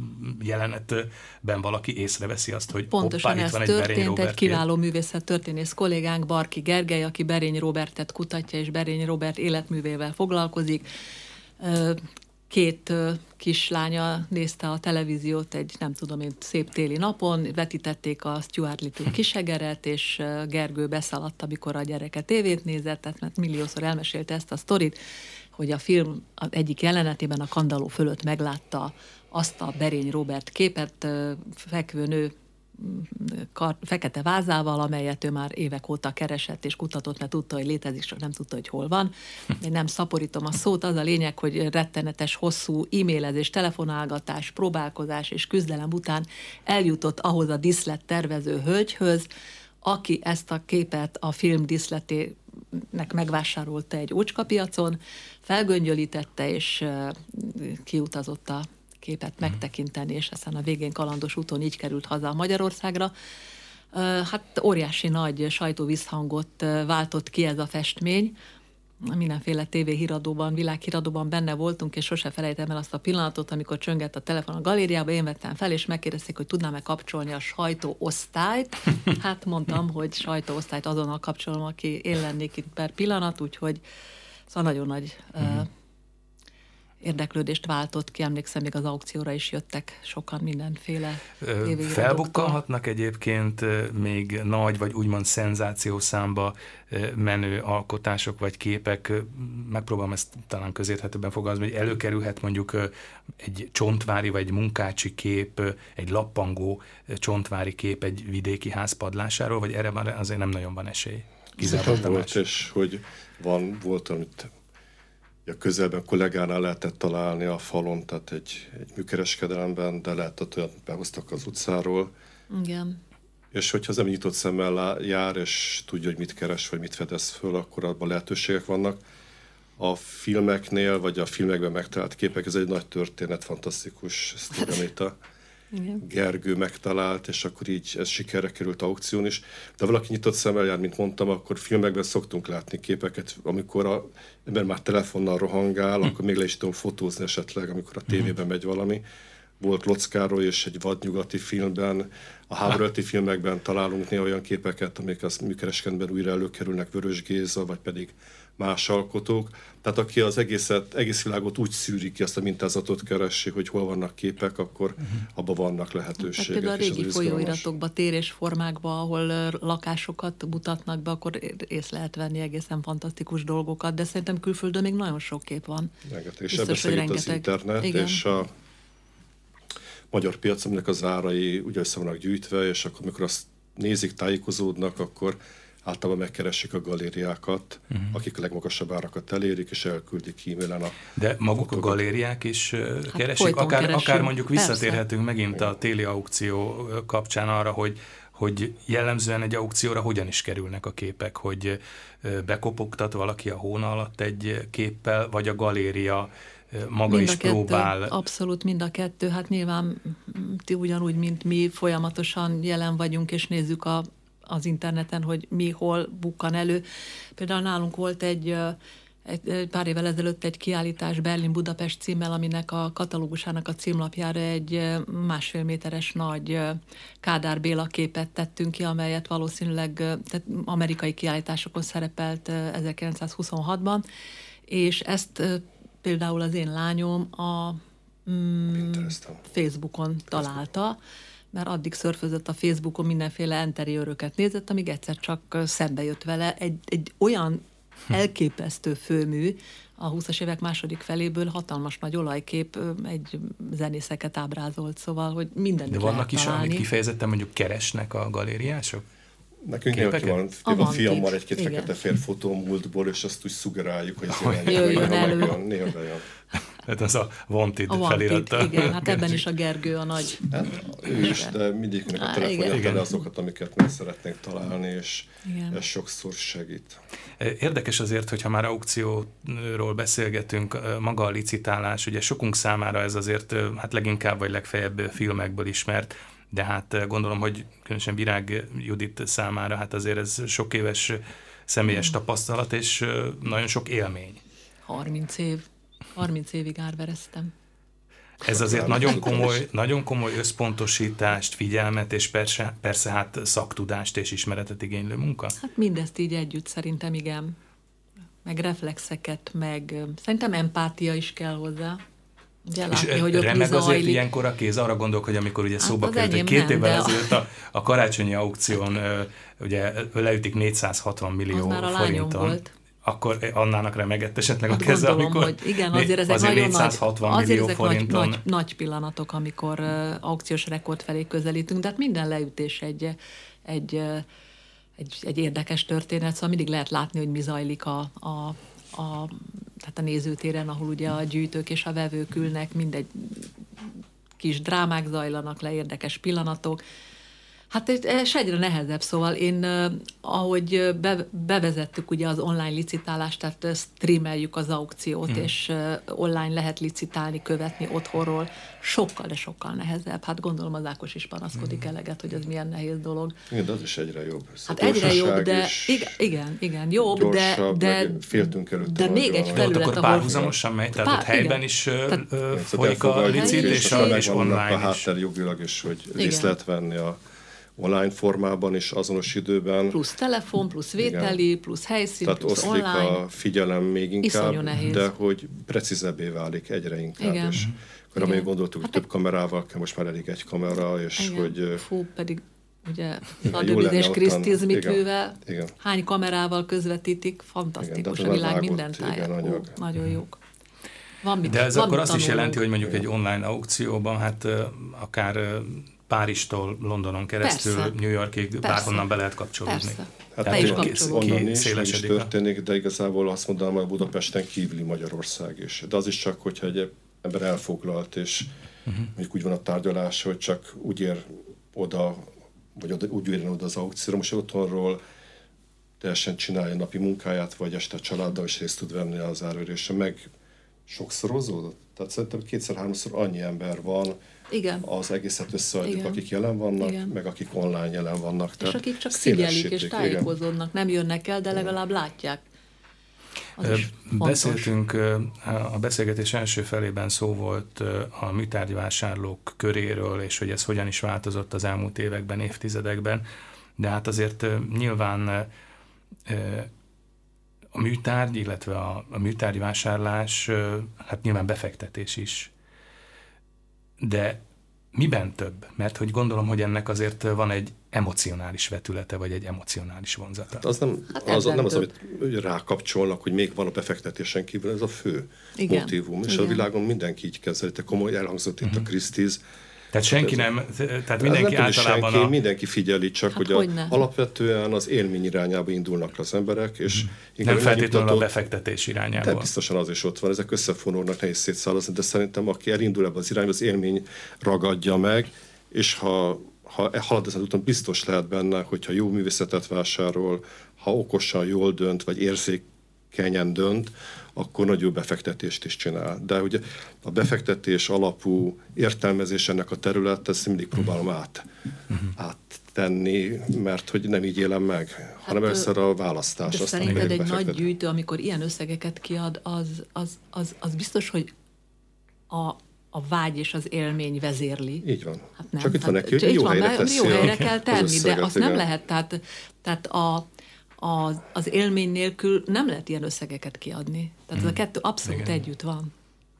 jelenetben valaki észreveszi azt, hogy pontosan hoppá, itt van ez egy történt, Berény Róbert egy kiváló művészettörténész kollégánk, Barki Gergely, aki Berény Róbertet kutatja, és Berény Róbert életművével foglalkozik. Két kislánya nézte a televíziót egy, nem tudom én, szép téli napon, vetítették a Stuart Little kisegeret, és Gergő beszaladt, amikor a gyereke tévét nézett, tehát mert milliószor elmesélte ezt a sztorit, hogy a film az egyik jelenetében a kandalló fölött meglátta azt a Berény Róbert képet, fekvő nő kar, fekete vázával, amelyet ő már évek óta keresett és kutatott, mert tudta, hogy létezik, csak nem tudta, hogy hol van. Én nem szaporítom a szót, az a lényeg, hogy rettenetes, hosszú e-mailezés, telefonálgatás, próbálkozás és küzdelem után eljutott ahhoz a díszlet tervező hölgyhöz, aki ezt a képet a film díszletének megvásárolta egy ócskapiacon, felgöngyölítette és kiutazott a képet megtekinteni, és aztán a végén kalandos úton így került haza Magyarországra. Hát óriási nagy sajtóvízhangot váltott ki ez a festmény. Mindenféle tévéhíradóban, világhíradóban benne voltunk, és sose felejtem el azt a pillanatot, amikor csöngett a telefon a galériába, én vettem fel, és megkérdezték, hogy tudnám-e kapcsolni a sajtóosztályt. Hát mondtam, hogy sajtóosztályt azonnal kapcsolom, aki én lennék itt per pillanat, úgyhogy szóval nagyon nagy mm. uh, érdeklődést váltott ki, emlékszem, még az aukcióra is jöttek sokan mindenféle tévéhíradóktól. Felbukkanhatnak egyébként még nagy, vagy úgymond szenzációszámba menő alkotások, vagy képek, megpróbálom ezt talán közérthetőbben fogalmazni, hogy előkerülhet mondjuk egy csontvári, vagy egy munkácsi kép, egy lappangó csontvári kép egy vidéki ház padlásáról, vagy erre már azért nem nagyon van esély. Kizárólag volt, és hogy van, volt, amit a közelben kollégánál lehetett találni a falon, tehát egy, egy műkereskedelemben, de lehetett olyan, behoztak az utcáról. Igen. És hogyha az ember nyitott szemmel jár, és tudja, hogy mit keres, vagy mit fedez föl, akkor abban lehetőségek vannak. A filmeknél, vagy a filmekben megtalált képek, ez egy nagy történet, fantasztikus sztori, Anita. Igen. Gergő megtalált, és akkor így ez sikerre került aukción is. De valaki nyitott szemmel jár, mint mondtam, akkor filmekben szoktunk látni képeket, amikor a ember már telefonnal rohangál, hm. akkor még le is tudom fotózni esetleg, amikor a tévében megy valami. Volt Lockáról és egy vadnyugati filmben, a háború előtti filmekben találunk néha olyan képeket, amik az műkereskedőben újra előkerülnek, Vörös Géza, vagy pedig más alkotók. Tehát aki az egészet, egész világot úgy szűri ki, azt a mintázatot keresi, hogy hol vannak képek, akkor uh-huh. abban vannak lehetőségek. Tehát például a régi folyóiratokban, térésformákban, ahol lakásokat mutatnak be, akkor ész lehet venni egészen fantasztikus dolgokat, de szerintem külföldön még nagyon sok kép van. Rengeteg, és ebben segít az internet, igen. És a magyar piac, aminek az árai ugye össze vannak gyűjtve, és akkor, amikor azt nézik, tájékozódnak, akkor általában megkeresik a galériákat, uh-huh. akik a legmagasabb árakat elérik, és elküldik e-mailen a De maguk fotókat. A galériák is hát keresik, akár, akár mondjuk visszatérhetünk Persze. megint a téli aukció kapcsán arra, hogy hogy jellemzően egy aukcióra hogyan is kerülnek a képek, hogy bekopogtat valaki a hóna alatt egy képpel, vagy a galéria maga mind is kettő, próbál. Abszolút mind a kettő. Hát nyilván ti ugyanúgy, mint mi folyamatosan jelen vagyunk, és nézzük a, az interneten, hogy mi hol bukkan elő. Például nálunk volt egy, egy pár évvel ezelőtt egy kiállítás Berlin-Budapest címmel, aminek a katalógusának a címlapjára egy másfél méteres nagy Kádár Béla képet tettünk ki, amelyet valószínűleg tehát amerikai kiállításokon szerepelt ezerkilencszázhuszonhatban, és ezt például az én lányom a mm, Facebookon találta, mert addig szörfözött a Facebookon, mindenféle interiőröket nézett, amíg egyszer csak szembe jött vele egy, egy olyan elképesztő főmű, a húszas évek második feléből hatalmas nagy olajkép, egy zenészeket ábrázolt, szóval, hogy mindenütt De vannak is, találni. amit kifejezetten mondjuk keresnek a galériások? Nekünk néha van, a fiammal egy-két fekete fér fotó múltból, és azt úgy szugeráljuk, hogy ez jöjjön elő. Néha bejön. Hát az a Wanted, a wanted feliratta. Igen, hát ebben is a Gergő a nagy... Hát, ő is, de mindegyiknek a telefonját tele azokat, amiket meg szeretnénk találni, és igen. ez sokszor segít. Érdekes azért, hogyha már aukcióról beszélgetünk, maga a licitálás, ugye sokunk számára ez azért hát leginkább vagy legfeljebb filmekből ismert, de hát gondolom, hogy különösen Virág Judit számára hát azért ez sok éves személyes tapasztalat, és nagyon sok élmény. harminc év. harminc évig árvereztem. Ez azért nagyon komoly, nagyon komoly összpontosítást, figyelmet, és persze, persze hát szaktudást és ismeretet igénylő munka? Hát mindezt így együtt szerintem igen. Meg reflexeket, meg szerintem empátia is kell hozzá. Ugye látni, és hogy ott remeg azért ilyenkor a kéz, arra gondolok, hogy amikor ugye szóba hát került, hogy két nem, évvel ezelőtt a, a karácsonyi aukción ugye leütik négyszázhatvan millió forinton. Volt. Akkor Annának remegett esetleg hát a keze, gondolom, amikor... Hogy igen, azért ezek azért nagyon négyszázhatvan nagy, millió azért forinton. Nagy, nagy, nagy pillanatok, amikor uh, aukciós rekord felé közelítünk, de hát minden leütés egy, egy, egy, egy érdekes történet, szóval mindig lehet látni, hogy mi zajlik a, a, a, tehát a nézőtéren, ahol ugye a gyűjtők és a vevők ülnek, mindegy kis drámák zajlanak le, érdekes pillanatok. Hát ez egyre nehezebb, szóval én, ahogy be, bevezettük ugye az online licitálást, tehát streameljük az aukciót, hmm. és online lehet licitálni, követni otthonról, sokkal, de sokkal nehezebb. Hát gondolom az Ákos is panaszkodik hmm. eleget, hogy ez milyen nehéz dolog. Igen, de az is egyre jobb. Hát egyre jobb, de igen, igen, igen jobb, gyorsabb, de, de féltünk előtte. De még egy felület, akkor párhuzamosan megy, tehát ott helyben is tehát, folyik a licit, és, és online is. A háttér jogilag is, hogy részt lehet venni a online formában és azonos időben. Plusz telefon, plusz vételi, igen. plusz helyszín, tehát plusz online. Tehát oszlik a figyelem még inkább, de hogy precízebbé válik egyre inkább. Igen. És akkor amíg gondoltuk, hogy hát több kamerával kell, most már elég egy kamera, és igen. hogy... Fú, pedig ugye a Dövid és Krisztiz mit művel, hány kamerával közvetítik, fantasztikus igen, a világ vágott, minden táján. Nagyon jók. Van mit, de ez van akkor azt tanulunk. is jelenti, hogy mondjuk igen. egy online aukcióban, hát akár Párizstól Londonon keresztül, persze. New Yorkig, persze. bárhonnan be lehet kapcsolódni. Persze. Hát tehát is kapcsolódni. Onnan is, is történik, de igazából azt mondanám, hogy Budapesten kívüli Magyarország is. De az is csak, hogyha egy ember elfoglalt, és uh-huh. mondjuk úgy van a tárgyalás, hogy csak úgy ér oda, vagy oda, úgy érjen oda az aukcióra, most otthonról teljesen csinálja napi munkáját, vagy este a családdal is részt tud venni az árverésen, meg sokszorozódott. Tehát szerintem kétszer-háromszor annyi ember van, igen. az egészet összeadjuk, Igen. akik jelen vannak, Igen. meg akik online jelen vannak. És Tehát akik csak figyelik és igen. tájékozódnak, nem jönnek el, de legalább látják. Az is Beszéltünk, a beszélgetés első felében szó volt a műtárgyvásárlók köréről, és hogy ez hogyan is változott az elmúlt években, évtizedekben, de hát azért nyilván a műtárgy, illetve a, a műtárgyvásárlás, hát nyilván befektetés is. De miben több? Mert hogy gondolom, hogy ennek azért van egy emocionális vetülete, vagy egy emocionális vonzata. Hát az nem hát az, nem az, több. amit rákapcsolnak, hogy még van a befektetésen kívül, ez a fő igen. motívum. És igen. a világon mindenki így kezeli. Te komoly, elhangzott itt uh-huh. a Christie's. Tehát senki ez, nem, tehát mindenki nem általában senki, a... mindenki figyeli, csak hát hogy, hogy a, alapvetően az élmény irányába indulnak az emberek, és mm. nem feltétlenül a befektetés irányába. De biztosan az is ott van, ezek összefonódnak, nehéz szétszállazni, de szerintem aki elindul ebbe az irányba, az élmény ragadja meg, és ha, ha halad ezen úton, biztos lehet benne, hogyha jó művészetet vásárol, ha okosan, jól dönt, vagy érzékenyen dönt, akkor nagyobb befektetést is csinál. De ugye a befektetés alapú értelmezés ennek a terület, ezt mindig próbálom át, áttenni, mert hogy nem így élem meg, hát hanem először a választás. De aztán szerinted egy befektetés. nagy gyűjtő, amikor ilyen összegeket kiad, az, az, az, az biztos, hogy a, a vágy és az élmény vezérli. Így van. Hát nem. Csak itt van hát, neki, hogy jó van, helyre teszi. Jó helyre kell az tenni, összeget, de azt igen. nem lehet. Tehát, tehát a, a, az élmény nélkül nem lehet ilyen összegeket kiadni. Tehát ez a kettő abszolút igen. együtt van.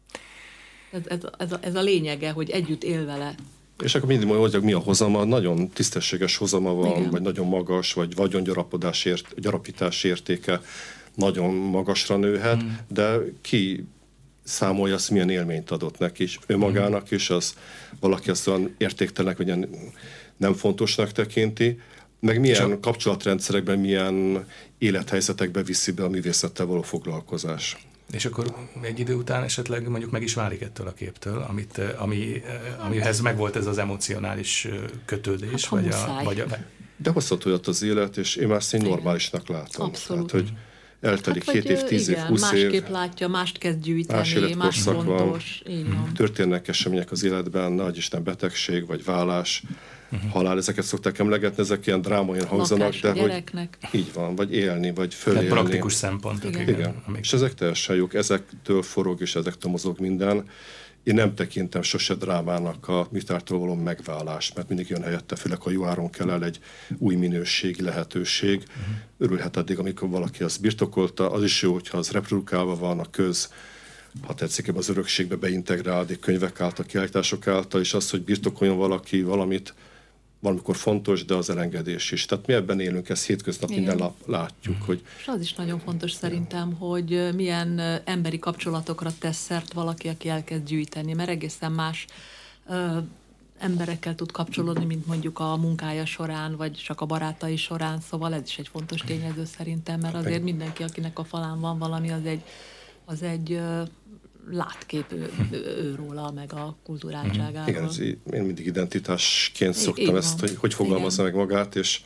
Ez, ez, ez, a, ez a lényege, hogy együtt él vele. És akkor mindig mondja, hogy mi a hozama, nagyon tisztességes hozama van, igen. vagy nagyon magas, vagy vagyongyarapodás ért, gyarapítás értéke nagyon magasra nőhet, mm. de ki számolja, azt milyen élményt adott neki, és önmagának mm. is, az valaki azt olyan értéktelnek, hogy nem fontosnak tekinti, meg milyen Csak. kapcsolatrendszerekben, milyen élethelyzetekben viszi be a művészettel való foglalkozás. És akkor egy idő után esetleg mondjuk meg is válik ettől a képtől, amit, ami, amihez megvolt ez az emocionális kötődés. Hát, vagy a, vagy a... De hozhat olyat az élet, és én már ezt normálisnak látom. Abszolút. Tehát, hogy eltelik hát, hét év, tíz igen, év, húsz év. Másképp látja, mást kezd gyűjteni, más, más fontos. Így van. Történnek események az életben, nagy Isten betegség, vagy vállás, uh-huh. halál, ezeket szokták emlegetni, ezek ilyen drámaian hangzanak, de hogy így van, vagy élni, vagy fölélni. Tehát praktikus szempontok. Igen. igen. igen. Amik... És ezek teljesen jók, ezektől forog, és ezektől mozog minden. Én nem tekintem sose drámának a műtártól való megválást, mert mindig jön helyette, főleg ha jó áron kell el egy új minőségi lehetőség. Uh-huh. Örülhet addig, amikor valaki azt birtokolta, az is jó, hogyha az reprodukálva van, a köz, ha tetszik, ebbe az örökségbe beintegrálódik könyvek által, kiállítások által, és az, hogy birtokoljon valaki valamit, valamikor fontos, de az elengedés is. Tehát mi ebben élünk, ezt hétköznap igen. minden lap látjuk. Mm. Hogy... És az is nagyon fontos szerintem, hogy milyen emberi kapcsolatokra tesz szert valaki, aki elkezd gyűjteni, mert egészen más ö, emberekkel tud kapcsolódni, mint mondjuk a munkája során, vagy csak a barátai során, szóval ez is egy fontos tényező szerintem, mert azért mindenki, akinek a falán van valami, az egy, az egy ö, látkép ő, ő róla, meg a kulturáltságáról. Igen, ez, én mindig identitásként szoktam ezt, hogy hogy fogalmazza meg magát, és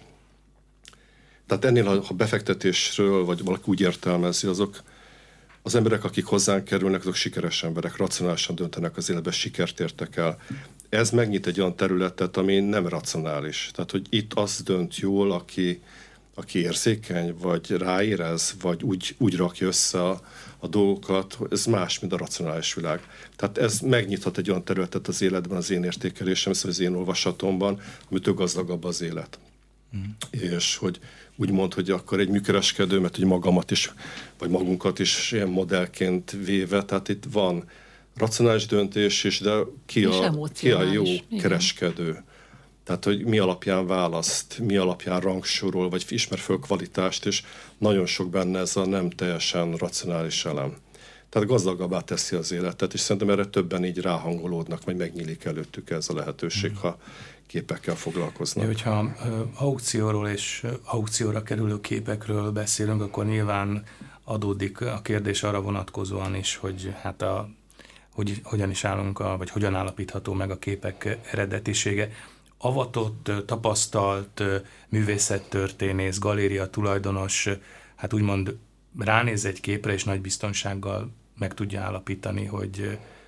tehát ennél, ha befektetésről, vagy valaki úgy értelmezi, azok az emberek, akik hozzánk kerülnek, azok sikeres emberek, racionálisan döntenek az életben, sikert értek el. Ez megnyit egy olyan területet, ami nem racionális. Tehát, hogy itt az dönt jól, aki, aki érzékeny, vagy ráérez, vagy úgy, úgy rakja össze a, a dolgokat, ez más, mint a racionális világ. Tehát ez megnyithat egy olyan területet az életben, az én értékelésem, az én olvasatomban, amitől gazdagabb az élet. Mm. És hogy úgy mond, hogy akkor egy műkereskedő, mert hogy magamat is, vagy magunkat is ilyen modellként véve, tehát itt van racionális döntés is, de ki a, ki a jó igen. kereskedő. Tehát, hogy mi alapján választ, mi alapján rangsorol, vagy ismer föl kvalitást, és nagyon sok benne ez a nem teljesen racionális elem. Tehát gazdagabbá teszi az életet, és szerintem erre többen így ráhangolódnak, vagy megnyílik előttük ez a lehetőség, mm. ha képekkel foglalkoznak. Ja, hogyha uh, aukcióról és uh, aukcióra kerülő képekről beszélünk, akkor nyilván adódik a kérdés arra vonatkozóan is, hogy hát a, hogy, hogyan is állunk, a, vagy hogyan állapítható meg a képek eredetisége. Avatott, tapasztalt művészettörténész, galéria tulajdonos, hát úgymond ránéz egy képre, és nagy biztonsággal meg tudja állapítani, hogy,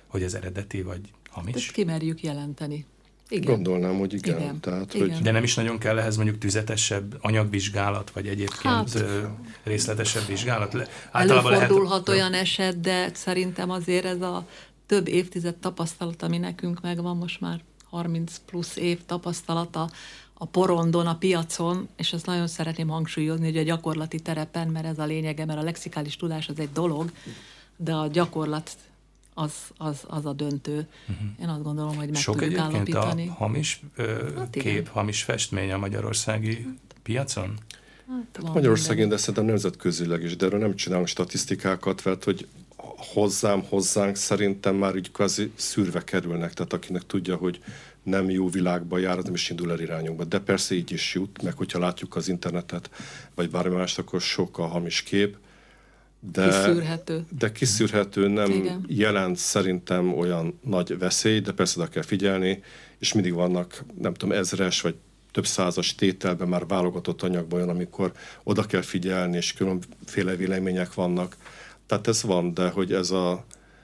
hogy ez eredeti vagy hamis? Ezt kimerjük jelenteni. Igen. Gondolnám, hogy igen. Igen. Tehát, Igen. hogy... De nem is nagyon kell ehhez mondjuk tüzetesebb anyagvizsgálat, vagy egyébként hát, részletesebb vizsgálat? Előfordulhat lehet... olyan eset, de szerintem azért ez a több évtized tapasztalat, ami nekünk megvan, most már harminc plusz év tapasztalata a porondon, a piacon, és ezt nagyon szeretném hangsúlyozni, hogy a gyakorlati terepen, mert ez a lényege, mert a lexikális tudás az egy dolog, de a gyakorlat az, az, az a döntő. Uh-huh. Én azt gondolom, hogy meg Sok tudjuk állapítani. Sok a hamis ö, hát kép, hamis festmény a magyarországi hát, piacon? Hát Magyarországon, de szerintem nemzetközileg is, de erről nem csinálunk statisztikákat, mert hogy hozzám, hozzánk szerintem már így kvázi szűrve kerülnek, tehát akinek tudja, hogy nem jó világban jár, az nem is indul el irányunkba. De persze így is jut, meg hogyha látjuk az internetet, vagy bármi mást, akkor sok a hamis kép. De kiszűrhető. De kiszűrhető, nem Igen. jelent szerintem olyan nagy veszély, de persze oda kell figyelni, és mindig vannak, nem tudom, ezres, vagy több százas tételben már válogatott anyagban olyan, amikor oda kell figyelni, és különféle vélemények vannak. Tehát ez van, de hogy ez a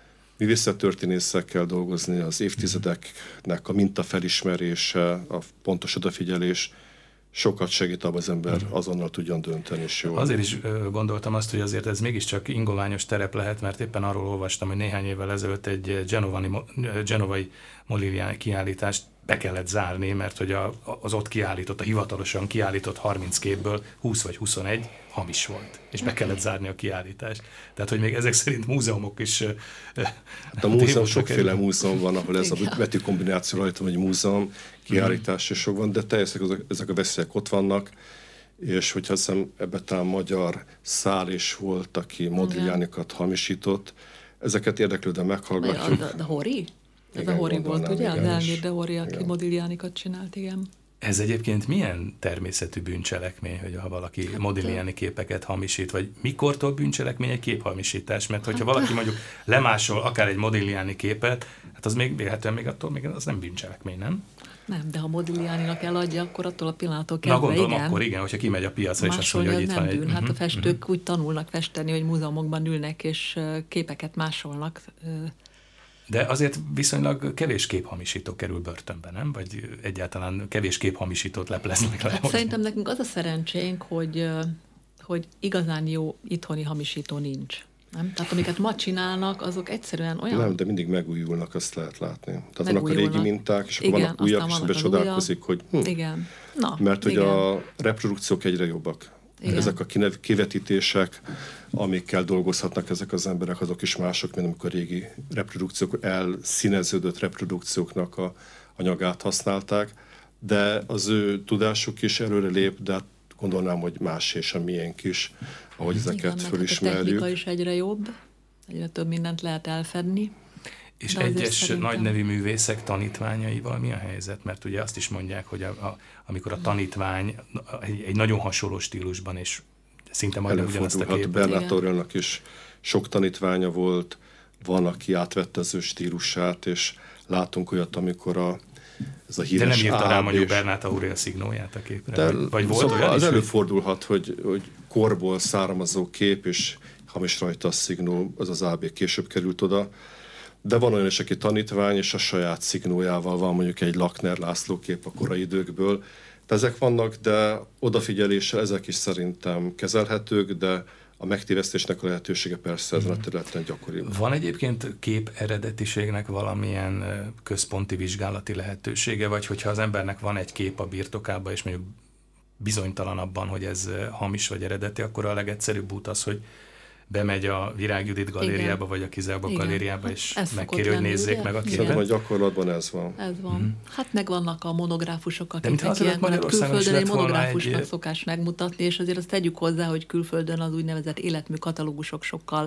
művészettörténészekkel dolgozni, az évtizedeknek a mintafelismerése, a pontos odafigyelés sokat segít abban, az ember azonnal tudjon dönteni, és jól. Azért is gondoltam azt, hogy azért ez mégiscsak ingoványos terep lehet, mert éppen arról olvastam, hogy néhány évvel ezelőtt egy genovani, genovai Modigliani kiállítást be kellett zárni, mert hogy a, az ott kiállított, a hivatalosan kiállított harminc képből húsz vagy huszonegy hamis volt, és be kellett zárni a kiállítást. Tehát, hogy még ezek szerint múzeumok is... Hát a múzeum, sokféle múzeum van, ahol ez a betűkombináció rajta, hogy múzeum, kiállítás is sok van, de teljesen ezek, ezek a veszélyek ott vannak, és hogyha azt hiszem, ebben talán magyar szál is volt, aki Modiglianikat hamisított, ezeket érdeklődően meghallgatjuk. A, a, a Hori? Ez igen, a Hori volt, ugye? Az Elmér de Hori, aki igen. Modiglianikat csinált, igen. Ez egyébként milyen természetű bűncselekmény, hogy ha valaki hát, Modigliani képeket hamisít, vagy mikortól bűncselekmény egy képhamisítás? Mert hogyha hát, valaki mondjuk lemásol akár egy Modigliani képet, hát az még véletlenül még attól még az nem bűncselekmény, nem? Nem, de ha Modiglianinak eladja, akkor attól a pillanattól kezdve, Na gondolom, igen. akkor igen, hogyha kimegy a piacra, és azt mondja, hogy itt van egy... Hát a festők uh-huh. úgy tanulnak festeni, hogy múzeumokban ülnek, és képeket másolnak. De azért viszonylag kevés képhamisító kerül börtönbe, nem? Vagy egyáltalán kevés képhamisítót lepleznek le? Hát szerintem nekünk az a szerencsénk, hogy, hogy igazán jó itthoni hamisító nincs. Nem? Tehát amiket ma csinálnak, azok egyszerűen olyan... Nem, de mindig megújulnak, azt lehet látni. Tehát vannak a régi minták, és akkor igen, vannak újabb, és becsodálkozik, hogy... Hm, igen. Na, mert hogy igen. a reprodukciók egyre jobbak. Igen. Ezek a kivetítések, amikkel dolgozhatnak ezek az emberek, azok is mások, mint amikor régi reprodukciók, elszíneződött reprodukcióknak a anyagát használták, de az ő tudásuk is előre lép, de gondolnám, hogy más és a miénk is, ahogy ezeket igen, fölismerjük. A technika is egyre jobb, egyre több mindent lehet elfedni. És egyes szerintem... nagynevű művészek tanítványaival mi a helyzet? Mert ugye azt is mondják, hogy a, a, amikor a tanítvány egy, egy nagyon hasonló stílusban, és szinte majdnem ugyanazt a képet. Bernát Aurélnak is sok tanítványa volt, van, aki átvette az ő stílusát, és látunk olyat, amikor a, ez a híres de nem írta rá mondjuk és... Bernát Aurél szignóját a képre? De, vagy, vagy volt szóval olyan az is, előfordulhat, hogy, hogy korból származó kép, és hamis rajta a szignó, az az á bé később került oda. De van olyan is, aki tanítvány, és a saját szignójával van mondjuk egy Lakner László kép a korai időkből. De ezek vannak, de odafigyeléssel ezek is szerintem kezelhetők, de a megtévesztésnek a lehetősége persze ezen a területen gyakori. Van egyébként kép eredetiségnek valamilyen központi vizsgálati lehetősége, vagy hogyha az embernek van egy kép a birtokában, és mondjuk bizonytalan abban, hogy ez hamis vagy eredeti, akkor a legegyszerűbb út az, hogy bemegy a Virág Judit galériába, igen. vagy a Kizelba galériába, és hát megkéri, hogy nézzék meg a képet. Szerintem a gyakorlatban ez van. Ez van. Mm. Hát meg vannak a monográfusok, akiknek ilyenkor külföldön egy monográfusnak egy... szokás megmutatni, és azért azt tegyük hozzá, hogy külföldön az úgynevezett életmű katalógusok sokkal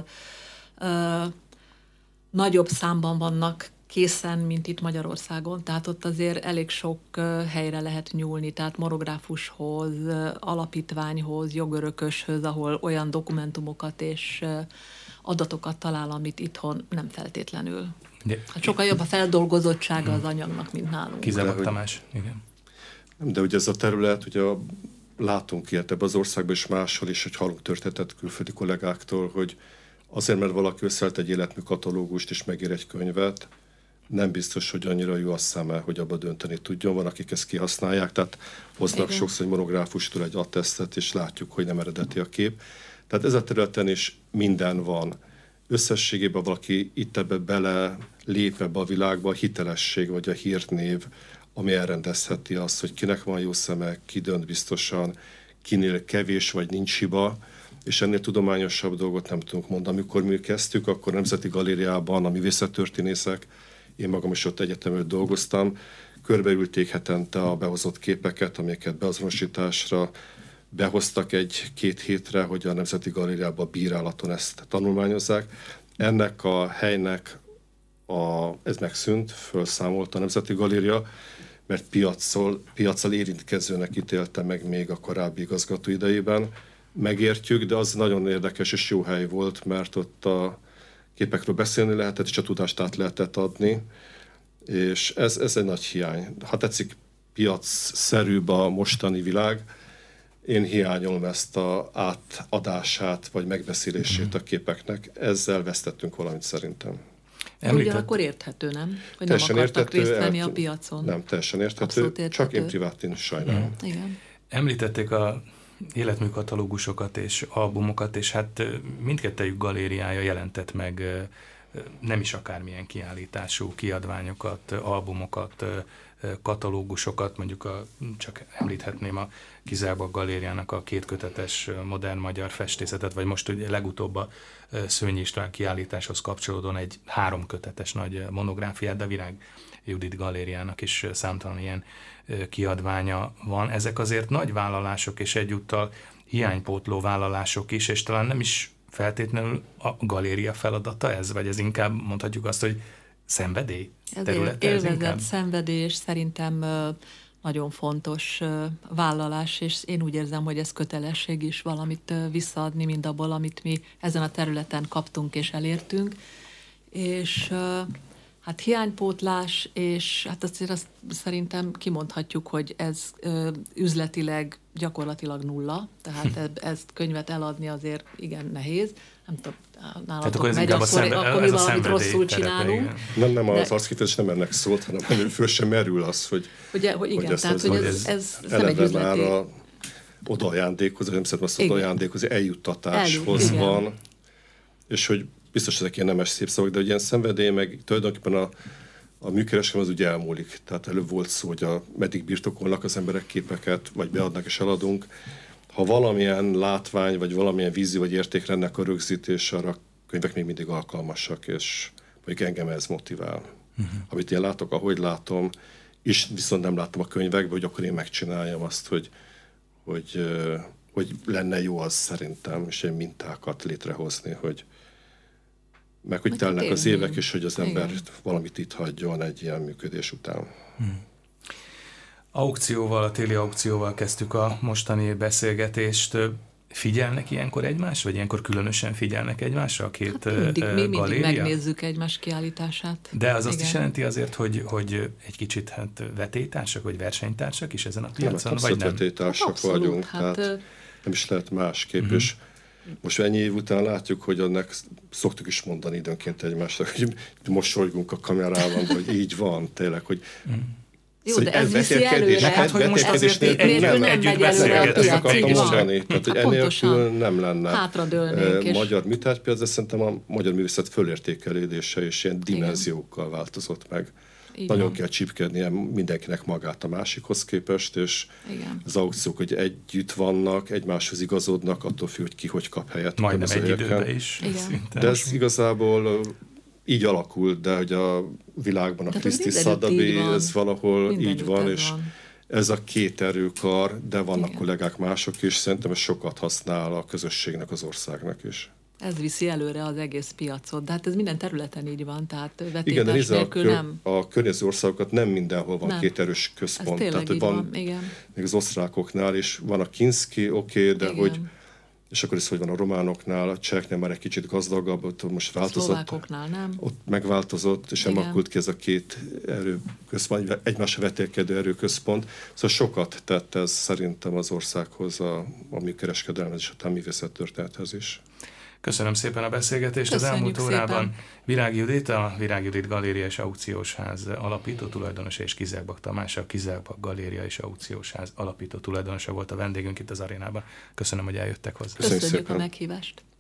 ö, nagyobb számban vannak készen, mint itt Magyarországon. Tehát ott azért elég sok helyre lehet nyúlni, tehát monográfushoz, alapítványhoz, jogörököshöz, ahol olyan dokumentumokat és adatokat talál, amit itthon nem feltétlenül. De, hát sokkal jobb a feldolgozottsága az anyagnak, mint nálunk. Kizárólag Tamás, igen. De ugye ez a terület, ugye látunk ilyet ebben az országban és máshol is, hogy hallunk történetet külföldi kollégáktól, hogy Azért, mert valaki összeállít egy életmű katalógust és megír egy könyvet, nem biztos, hogy annyira jó a szeme, hogy abba dönteni tudjon. Van, akik ezt kihasználják, tehát hoznak Igen. sokszor egy monográfustól egy attesztet, és látjuk, hogy nem eredeti a kép. Tehát ez a területen is minden van. Összességében valaki itt ebbe bele lép ebbe a világba, a hitelesség vagy a hírnév, ami elrendezheti azt, hogy kinek van jó szeme, ki dönt biztosan, kinél kevés vagy nincs hiba, és ennél tudományosabb dolgot nem tudunk mondani. Amikor mi kezdtük, akkor a Nemzeti Galériában a művészettörténészek, én magam is ott egyetemről dolgoztam, körbeülték hetente a behozott képeket, amiket beazonosításra behoztak egy-két hétre, hogy a Nemzeti Galériában bírálaton ezt tanulmányozzák. Ennek a helynek a, ez megszűnt, felszámolt a Nemzeti Galéria, mert piaccal, piaccal érintkezőnek ítélte meg még a korábbi igazgató idejében. Megértjük, de az nagyon érdekes és jó hely volt, mert ott a képekről beszélni lehetett, és a tudást át lehetett adni, és ez, ez egy nagy hiány. Ha tetszik, piacszerűbb a mostani világ, én hiányolom ezt a átadását, vagy megbeszélését a képeknek. Ezzel vesztettünk valamit szerintem. Említett... Ugye akkor érthető, nem? Hogy teljesen nem akartak érthető, részt venni a piacon. Nem, teljesen érthető, csak én privátén sajnálom. Mm. Igen. Említették a életműkatalógusokat és albumokat, és hát mindkettejük galériája jelentett meg nem is akármilyen kiállítású kiadványokat, albumokat, katalógusokat, mondjuk a, csak említhetném a Kizelbak Galériának a kétkötetes modern magyar festészetet, vagy most ugye legutóbb a Szőnyi István kiállításhoz kapcsolódóan egy háromkötetes nagy monográfiát, de a Virág Judit Galériának is számtalan ilyen kiadványa van. Ezek azért nagy vállalások, és egyúttal hiánypótló vállalások is, és talán nem is feltétlenül a galéria feladata ez, vagy ez inkább mondhatjuk azt, hogy szenvedély területe? Ez élvezett szenvedély, és szerintem nagyon fontos vállalás, és én úgy érzem, hogy ez kötelesség is valamit visszaadni mindabból, amit mi ezen a területen kaptunk és elértünk. És hát hiánypótlás, és hát azért azt szerintem kimondhatjuk, hogy ez ö, üzletileg gyakorlatilag nulla, tehát ezt könyvet eladni azért igen nehéz. Nem tudom, nálatok megy, akkor, szembe, akkor mi valamit rosszul csinálunk. Nem, nem, az arckifejezés nem ennek szólt, hanem föl sem merül az, hogy, Ugye, hogy, igen, hogy, tehát, hogy ez, ez, ez, ez nem egy üzleti... már a odaajándékozni, nem szeretem azt odaajándékozni, eljuttatáshoz Eljut, van, és hogy biztos ezek ilyen nemes szép szavak, de ilyen szenvedély, meg tulajdonképpen a, a műkereskedelem az ugye elmúlik. Tehát előbb volt szó, hogy a, meddig birtokolnak az emberek képeket, vagy beadnak és eladunk. Ha valamilyen látvány, vagy valamilyen vízió, vagy értékrendnek a rögzítése, arra a könyvek még mindig alkalmasak, és mondjuk engem ez motivál. Uh-huh. Amit én látok, ahogy látom, és viszont nem látom a könyvekben, hogy akkor én megcsináljam azt, hogy, hogy, hogy lenne jó az szerintem, és ilyen mintákat létrehozni, hogy meg hogy telnek az évek, és hogy az ember Igen. valamit itt hagyjon egy ilyen működés után. Hmm. Aukcióval, a téli aukcióval kezdtük a mostani beszélgetést. Figyelnek ilyenkor egymás, vagy ilyenkor különösen figyelnek egymásra a két hát mindig, mi mindig galéria? Megnézzük egymás kiállítását. De az Igen. azt is jelenti azért, hogy, hogy egy kicsit hát vetélytársak, vagy versenytársak is ezen a piacon, nem, vagy nem? vetélytársak hát vagyunk, hát, tehát nem is lehet másképp, uh-huh. és most ennyi év után látjuk, hogy annak szoktuk is mondani időnként egymásnak, hogy mosolygunk a kamerában, hogy így van, tényleg, hogy jó, de ez viszi előre. Hát, hogy most azért nélkül nem együtt beszélgetünk. akartam mondani. Tehát, hogy ennélkül nem lenne hátradőlnénk. Magyar műtárgypiac, de szerintem a magyar művészet fölértékelődése és ilyen dimenziókkal változott meg. Igen. Nagyon kell csípkednie mindenkinek magát a másikhoz képest, és Igen. az aukciók, hogy együtt vannak, egymáshoz igazodnak, attól függ, hogy ki hogy kap helyet. Majdnem egy időben is. De ez igazából így alakul, de hogy a világban a Christie Sotheby, ez valahol mindenütt így van, és van. Ez a két erőkar, de vannak Igen. kollégák mások is, szerintem ez sokat használ a közösségnek, az országnak is. Ez viszi előre az egész piacot, de hát ez minden területen így van, tehát vetétás nélkül kör, nem. a környező országokat nem mindenhol van nem. két erős központ. Ez tehát, hogy van, van igen. még az osztrákoknál is van a Kinski, oké, okay, de Igen. hogy és akkor ez hogy van a románoknál, a cseheknél már egy kicsit gazdagabb, ott most változott. A szlovákoknál nem. Ott megváltozott, és nem alakult ki ez a két erőközpont, egymásra vetélkedő erőközpont. Szóval sokat tett ez szerintem az országhoz, a, a műkereskedelmez és a művészettörténethez is. Köszönöm szépen a beszélgetést. Köszönjük az elmúlt szépen. órában Virág Judit, a Virág Judit Galéria és Aukciós Ház alapító tulajdonosa, és Kizelbak Tamás, a Kizelbak Galéria és Aukciós Ház alapító tulajdonosa volt a vendégünk itt az arénában. Köszönöm, hogy eljöttek hozzá. Köszönjük Köszönjük szépen. a meghívást.